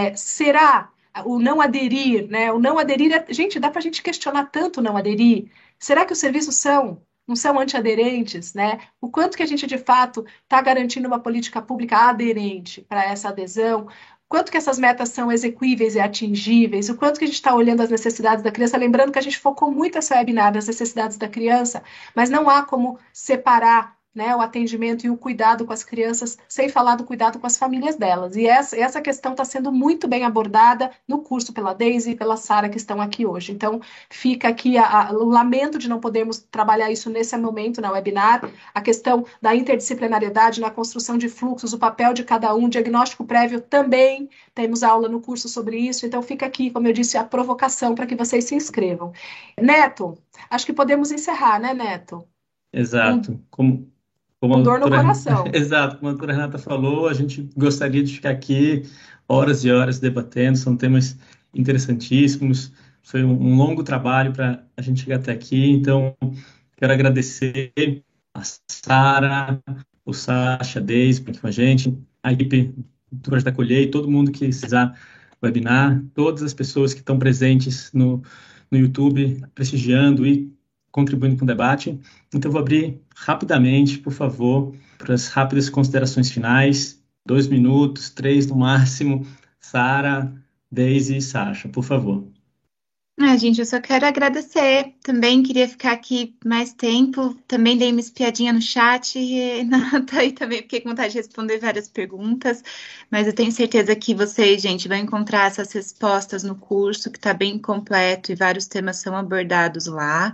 Será o não aderir, né? O não aderir, gente, dá para a gente questionar tanto o não aderir. Será que os serviços não são antiaderentes, né? O quanto que a gente, de fato, está garantindo uma política pública aderente para essa adesão, quanto que essas metas são execuíveis e atingíveis, o quanto que a gente está olhando as necessidades da criança, lembrando que a gente focou muito essa webinar das necessidades da criança, mas não há como separar, né, o atendimento e o cuidado com as crianças, sem falar do cuidado com as famílias delas. E essa questão está sendo muito bem abordada no curso pela Deise e pela Sara, que estão aqui hoje. Então, fica aqui o lamento de não podermos trabalhar isso nesse momento na webinar, a questão da interdisciplinariedade na construção de fluxos, o papel de cada um, diagnóstico prévio também, temos aula no curso sobre isso, então fica aqui, como eu disse, a provocação para que vocês se inscrevam. Neto, acho que podemos encerrar, né, Neto? Exato. Com dor no coração. Exato, como a doutora Renata falou, a gente gostaria de ficar aqui horas e horas debatendo, são temas interessantíssimos, foi um longo trabalho para a gente chegar até aqui, então quero agradecer a Sara, o Sacha, a Deise, aqui com a gente, a equipe do Projeto Acolher, todo mundo que fizer webinar, todas as pessoas que estão presentes no YouTube, prestigiando e contribuindo com o debate. Então, eu vou abrir rapidamente, por favor, para as rápidas considerações finais. 2 minutos, 3 no máximo. Sara, Deise e Sacha, por favor. Gente, eu só quero agradecer. Também queria ficar aqui mais tempo. Também dei uma espiadinha no chat, Renata, e também fiquei com vontade de responder várias perguntas. Mas eu tenho certeza que vocês, gente, vão encontrar essas respostas no curso, que está bem completo e vários temas são abordados lá.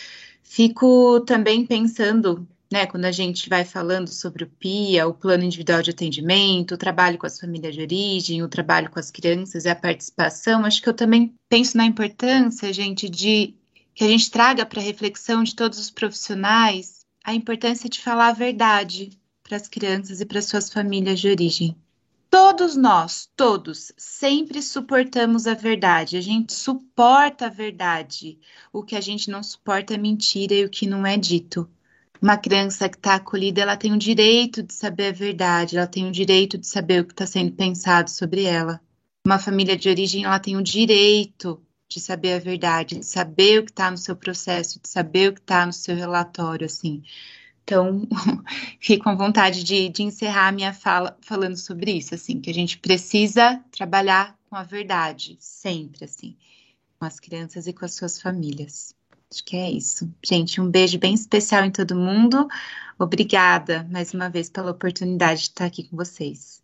Fico também pensando, né, quando a gente vai falando sobre o PIA, o Plano Individual de Atendimento, o trabalho com as famílias de origem, o trabalho com as crianças e a participação, acho que eu também penso na importância, gente, de que a gente traga para a reflexão de todos os profissionais a importância de falar a verdade para as crianças e para suas famílias de origem. Todos nós, todos, sempre suportamos a verdade. A gente suporta a verdade. O que a gente não suporta é mentira e o que não é dito. Uma criança que está acolhida, ela tem o direito de saber a verdade, ela tem o direito de saber o que está sendo pensado sobre ela. Uma família de origem, ela tem o direito de saber a verdade, de saber o que está no seu processo, de saber o que está no seu relatório, assim. Então, fico com vontade de encerrar a minha fala falando sobre isso, assim, que a gente precisa trabalhar com a verdade, sempre, assim, com as crianças e com as suas famílias. Acho que é isso. Gente, um beijo bem especial em todo mundo. Obrigada, mais uma vez, pela oportunidade de estar aqui com vocês.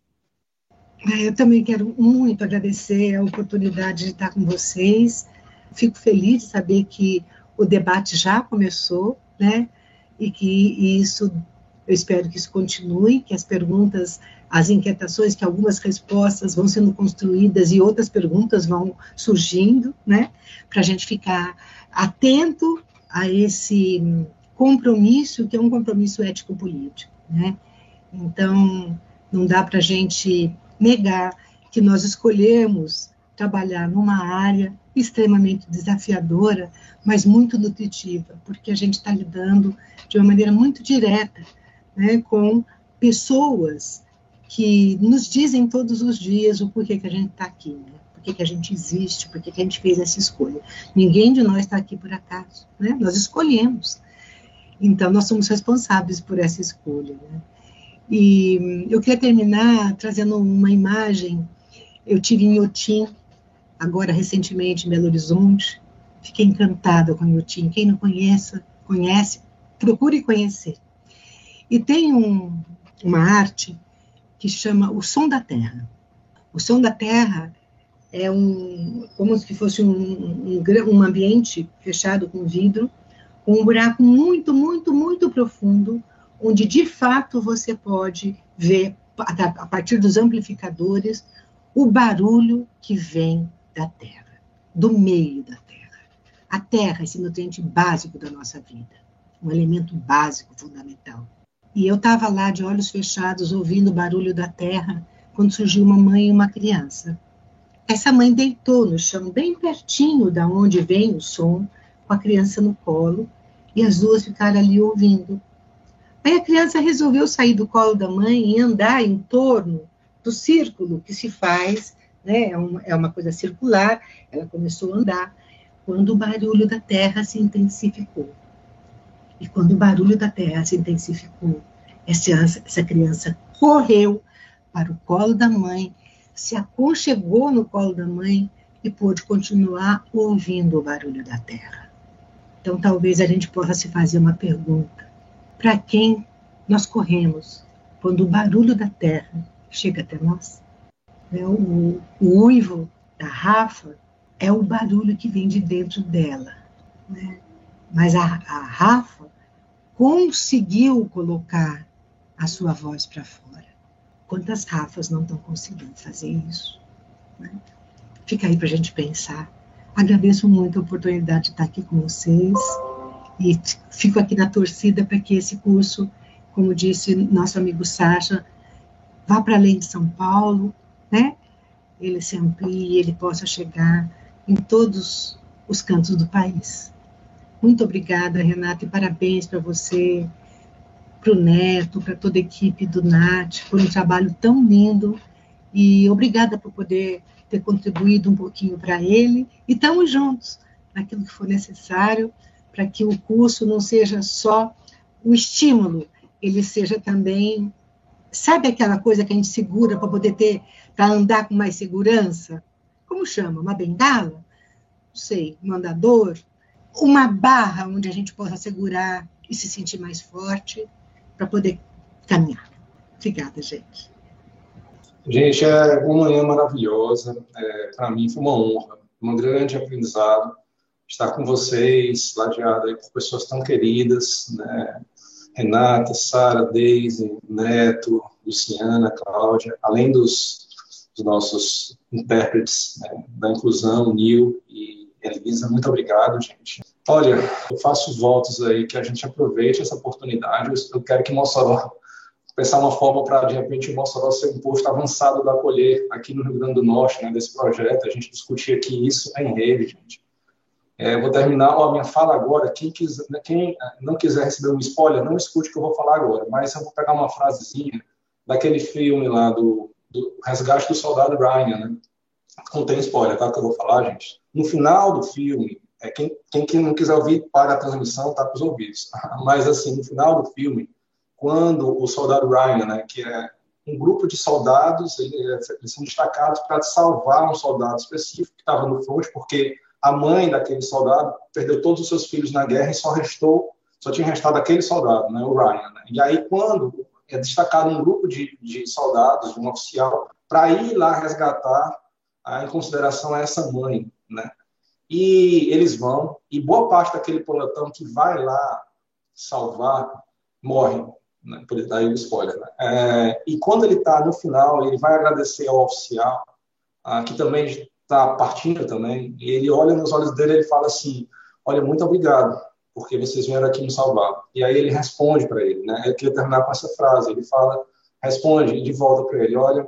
Eu também quero muito agradecer a oportunidade de estar com vocês. Fico feliz de saber que o debate já começou, né? E que isso, eu espero que isso continue, que as perguntas, as inquietações, que algumas respostas vão sendo construídas e outras perguntas vão surgindo, né? Para a gente ficar atento a esse compromisso, que é um compromisso ético-político, né? Então, não dá para a gente negar que nós escolhemos trabalhar numa área extremamente desafiadora, mas muito nutritiva, porque a gente está lidando de uma maneira muito direta, né, com pessoas que nos dizem todos os dias o porquê que a gente está aqui, né? Por que a gente existe, por que a gente fez essa escolha. Ninguém de nós está aqui por acaso, né? Nós escolhemos. Então, nós somos responsáveis por essa escolha, né? E eu queria terminar trazendo uma imagem. Eu tive em Inhotim, agora recentemente em Belo Horizonte, fiquei encantada com Inhotim. Quem não conhece, procure conhecer. E tem uma arte que chama O Som da Terra. O Som da Terra é como se fosse um ambiente fechado com vidro, com um buraco muito, muito, muito profundo, onde de fato você pode ver, a partir dos amplificadores, o barulho que vem da terra, do meio da terra. A terra, esse nutriente básico da nossa vida, um elemento básico, fundamental. E eu estava lá de olhos fechados, ouvindo o barulho da terra, quando surgiu uma mãe e uma criança. Essa mãe deitou no chão, bem pertinho da onde vem o som, com a criança no colo, e as duas ficaram ali ouvindo. Aí a criança resolveu sair do colo da mãe e andar em torno do círculo que se faz, né? É uma coisa circular. Ela começou a andar quando o barulho da terra se intensificou. E quando o barulho da terra se intensificou, essa criança correu para o colo da mãe, se aconchegou no colo da mãe e pôde continuar ouvindo o barulho da terra. Então, talvez a gente possa se fazer uma pergunta. Para quem nós corremos quando o barulho da terra chega até nós? O uivo da Rafa é o barulho que vem de dentro dela, né? Mas a Rafa conseguiu colocar a sua voz para fora. Quantas Rafas não estão conseguindo fazer isso, né? Fica aí para a gente pensar. Agradeço muito a oportunidade de estar aqui com vocês e fico aqui na torcida para que esse curso, como disse nosso amigo Sacha, vá para além de São Paulo, né? Ele se amplie, ele possa chegar em todos os cantos do país. Muito obrigada, Renata, e parabéns para você, para o Neto, para toda a equipe do NAT, por um trabalho tão lindo, e obrigada por poder ter contribuído um pouquinho para ele, e estamos juntos naquilo que for necessário, para que o curso não seja só o estímulo, ele seja também, sabe aquela coisa que a gente segura para poder para andar com mais segurança? Como chama? Uma bengala? sei, um andador, uma barra onde a gente possa segurar e se sentir mais forte para poder caminhar. Obrigada, gente. Gente, é uma manhã maravilhosa. Para mim foi uma honra, um grande aprendizado estar com vocês, ladeado aí por pessoas tão queridas, né? Renata, Sara, Deise, Neto, Luciana, Cláudia, além dos nossos intérpretes, né, da inclusão, Nil e Elisa. Muito obrigado, gente. Olha, eu faço votos aí que a gente aproveite essa oportunidade. Eu quero que Mossoró, pensar uma forma para, de repente, o Mossoró ser um posto avançado da acolher aqui no Rio Grande do Norte, né, desse projeto. A gente discutir aqui isso em rede, gente. Eu vou terminar a minha fala agora. Quem não quiser receber um spoiler, não escute o que eu vou falar agora, mas eu vou pegar uma frasezinha daquele filme lá do Resgate do Soldado Ryan, né? Não tem spoiler, tá? Que eu vou falar, gente. No final do filme, quem não quiser ouvir, para a transmissão, tá com os ouvidos. Mas, assim, no final do filme, quando o Soldado Ryan, né, que é um grupo de soldados, eles são destacados para salvar um soldado específico que estava no front, porque a mãe daquele soldado perdeu todos os seus filhos na guerra e só tinha restado aquele soldado, né, o Ryan. Né? E aí, quando é destacado um grupo de soldados, de um oficial, para ir lá resgatar, em consideração a essa mãe, né? E eles vão, e boa parte daquele pelotão que vai lá salvar, morre, né? Por dar aí o spoiler, né? E quando ele está no final, ele vai agradecer ao oficial, que também está partindo também, e ele olha nos olhos dele e ele fala assim: olha, muito obrigado, porque vocês vieram aqui me salvar. E aí ele responde para ele, né? Eu queria terminar com essa frase. Ele responde de volta para ele: olha,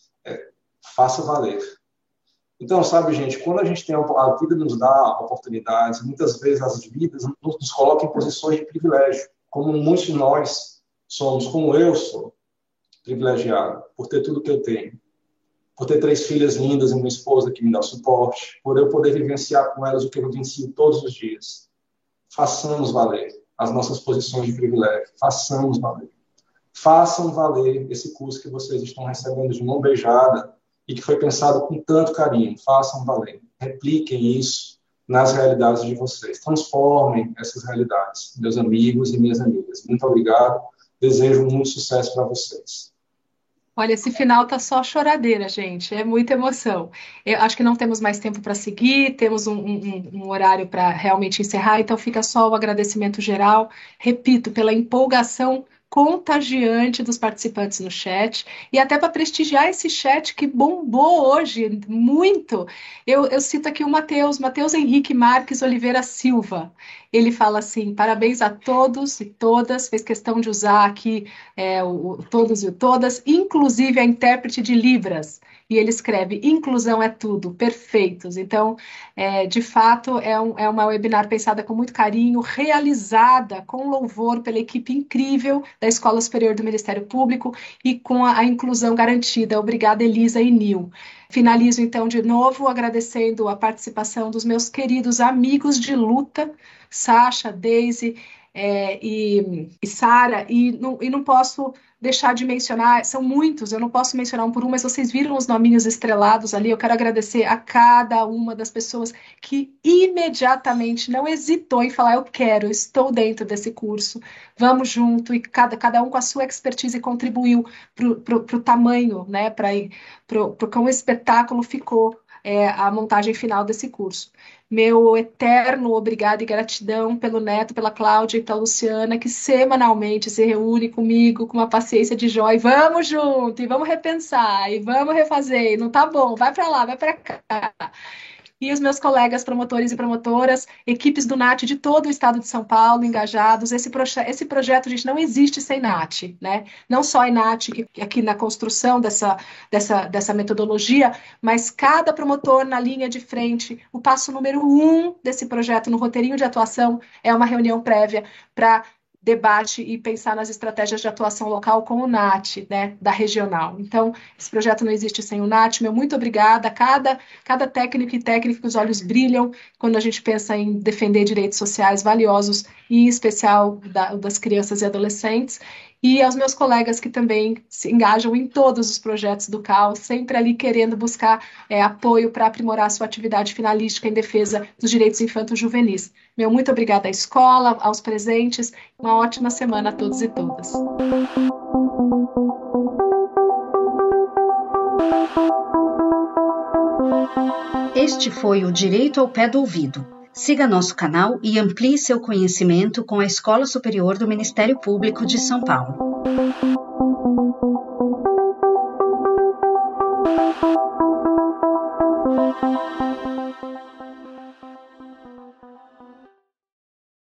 faça valer. Então, sabe, gente, quando a gente tem a vida nos dá oportunidades, muitas vezes as vidas nos colocam em posições de privilégio, como muitos de nós somos, como eu sou privilegiado por ter tudo que eu tenho, por ter 3 filhas lindas e uma esposa que me dá suporte, por eu poder vivenciar com elas o que eu vivencio todos os dias. Façamos valer as nossas posições de privilégio. Façamos valer. Façam valer esse curso que vocês estão recebendo de mão beijada e que foi pensado com tanto carinho. Façam valer. Repliquem isso nas realidades de vocês. Transformem essas realidades, meus amigos e minhas amigas. Muito obrigado. Desejo muito sucesso para vocês. Olha, esse final tá só choradeira, gente. É muita emoção. Eu acho que não temos mais tempo para seguir, temos um horário para realmente encerrar, então fica só o agradecimento geral. Repito, pela empolgação contagiante dos participantes no chat e até para prestigiar esse chat que bombou hoje muito. Eu cito aqui o Matheus Henrique Marques Oliveira Silva. Ele fala assim: parabéns a todos e todas, fez questão de usar aqui todos e todas, inclusive a intérprete de Libras. E ele escreve: inclusão é tudo, perfeitos. Então, de fato, é uma webinar pensada com muito carinho, realizada com louvor pela equipe incrível da Escola Superior do Ministério Público e com a inclusão garantida. Obrigada, Elisa e Nil. Finalizo, então, de novo, agradecendo a participação dos meus queridos amigos de luta, Sasha, Deise e Sara, e não posso deixar de mencionar, são muitos, eu não posso mencionar um por um, mas vocês viram os nominhos estrelados ali. Eu quero agradecer a cada uma das pessoas que imediatamente não hesitou em falar: eu quero, eu estou dentro desse curso, vamos junto, e cada um com a sua expertise contribuiu para o tamanho, né, para como o espetáculo ficou a montagem final desse curso. Meu eterno obrigado e gratidão pelo Neto, pela Cláudia e pela Luciana, que semanalmente se reúne comigo com uma paciência de jó, e vamos junto, e vamos repensar, e vamos refazer, e não tá bom, vai para lá, vai para cá. E os meus colegas promotores e promotoras, equipes do NAT de todo o estado de São Paulo, engajados. Esse projeto, gente, não existe sem NAT, né? Não só a NAT aqui na construção dessa metodologia, mas cada promotor na linha de frente. O passo número 1 desse projeto, no roteirinho de atuação, é uma reunião prévia para debate e pensar nas estratégias de atuação local com o NAT, né, da regional. Então, esse projeto não existe sem o NAT. Meu muito obrigada. Cada técnico e técnica que os olhos brilham quando a gente pensa em defender direitos sociais valiosos, e em especial das crianças e adolescentes. e aos meus colegas que também se engajam em todos os projetos do CAL, sempre ali querendo buscar apoio para aprimorar a sua atividade finalística em defesa dos direitos infanto-juvenis. Muito obrigada à escola, aos presentes, uma ótima semana a todos e todas. Este foi o Direito ao Pé do Ouvido. Siga nosso canal e amplie seu conhecimento com a Escola Superior do Ministério Público de São Paulo.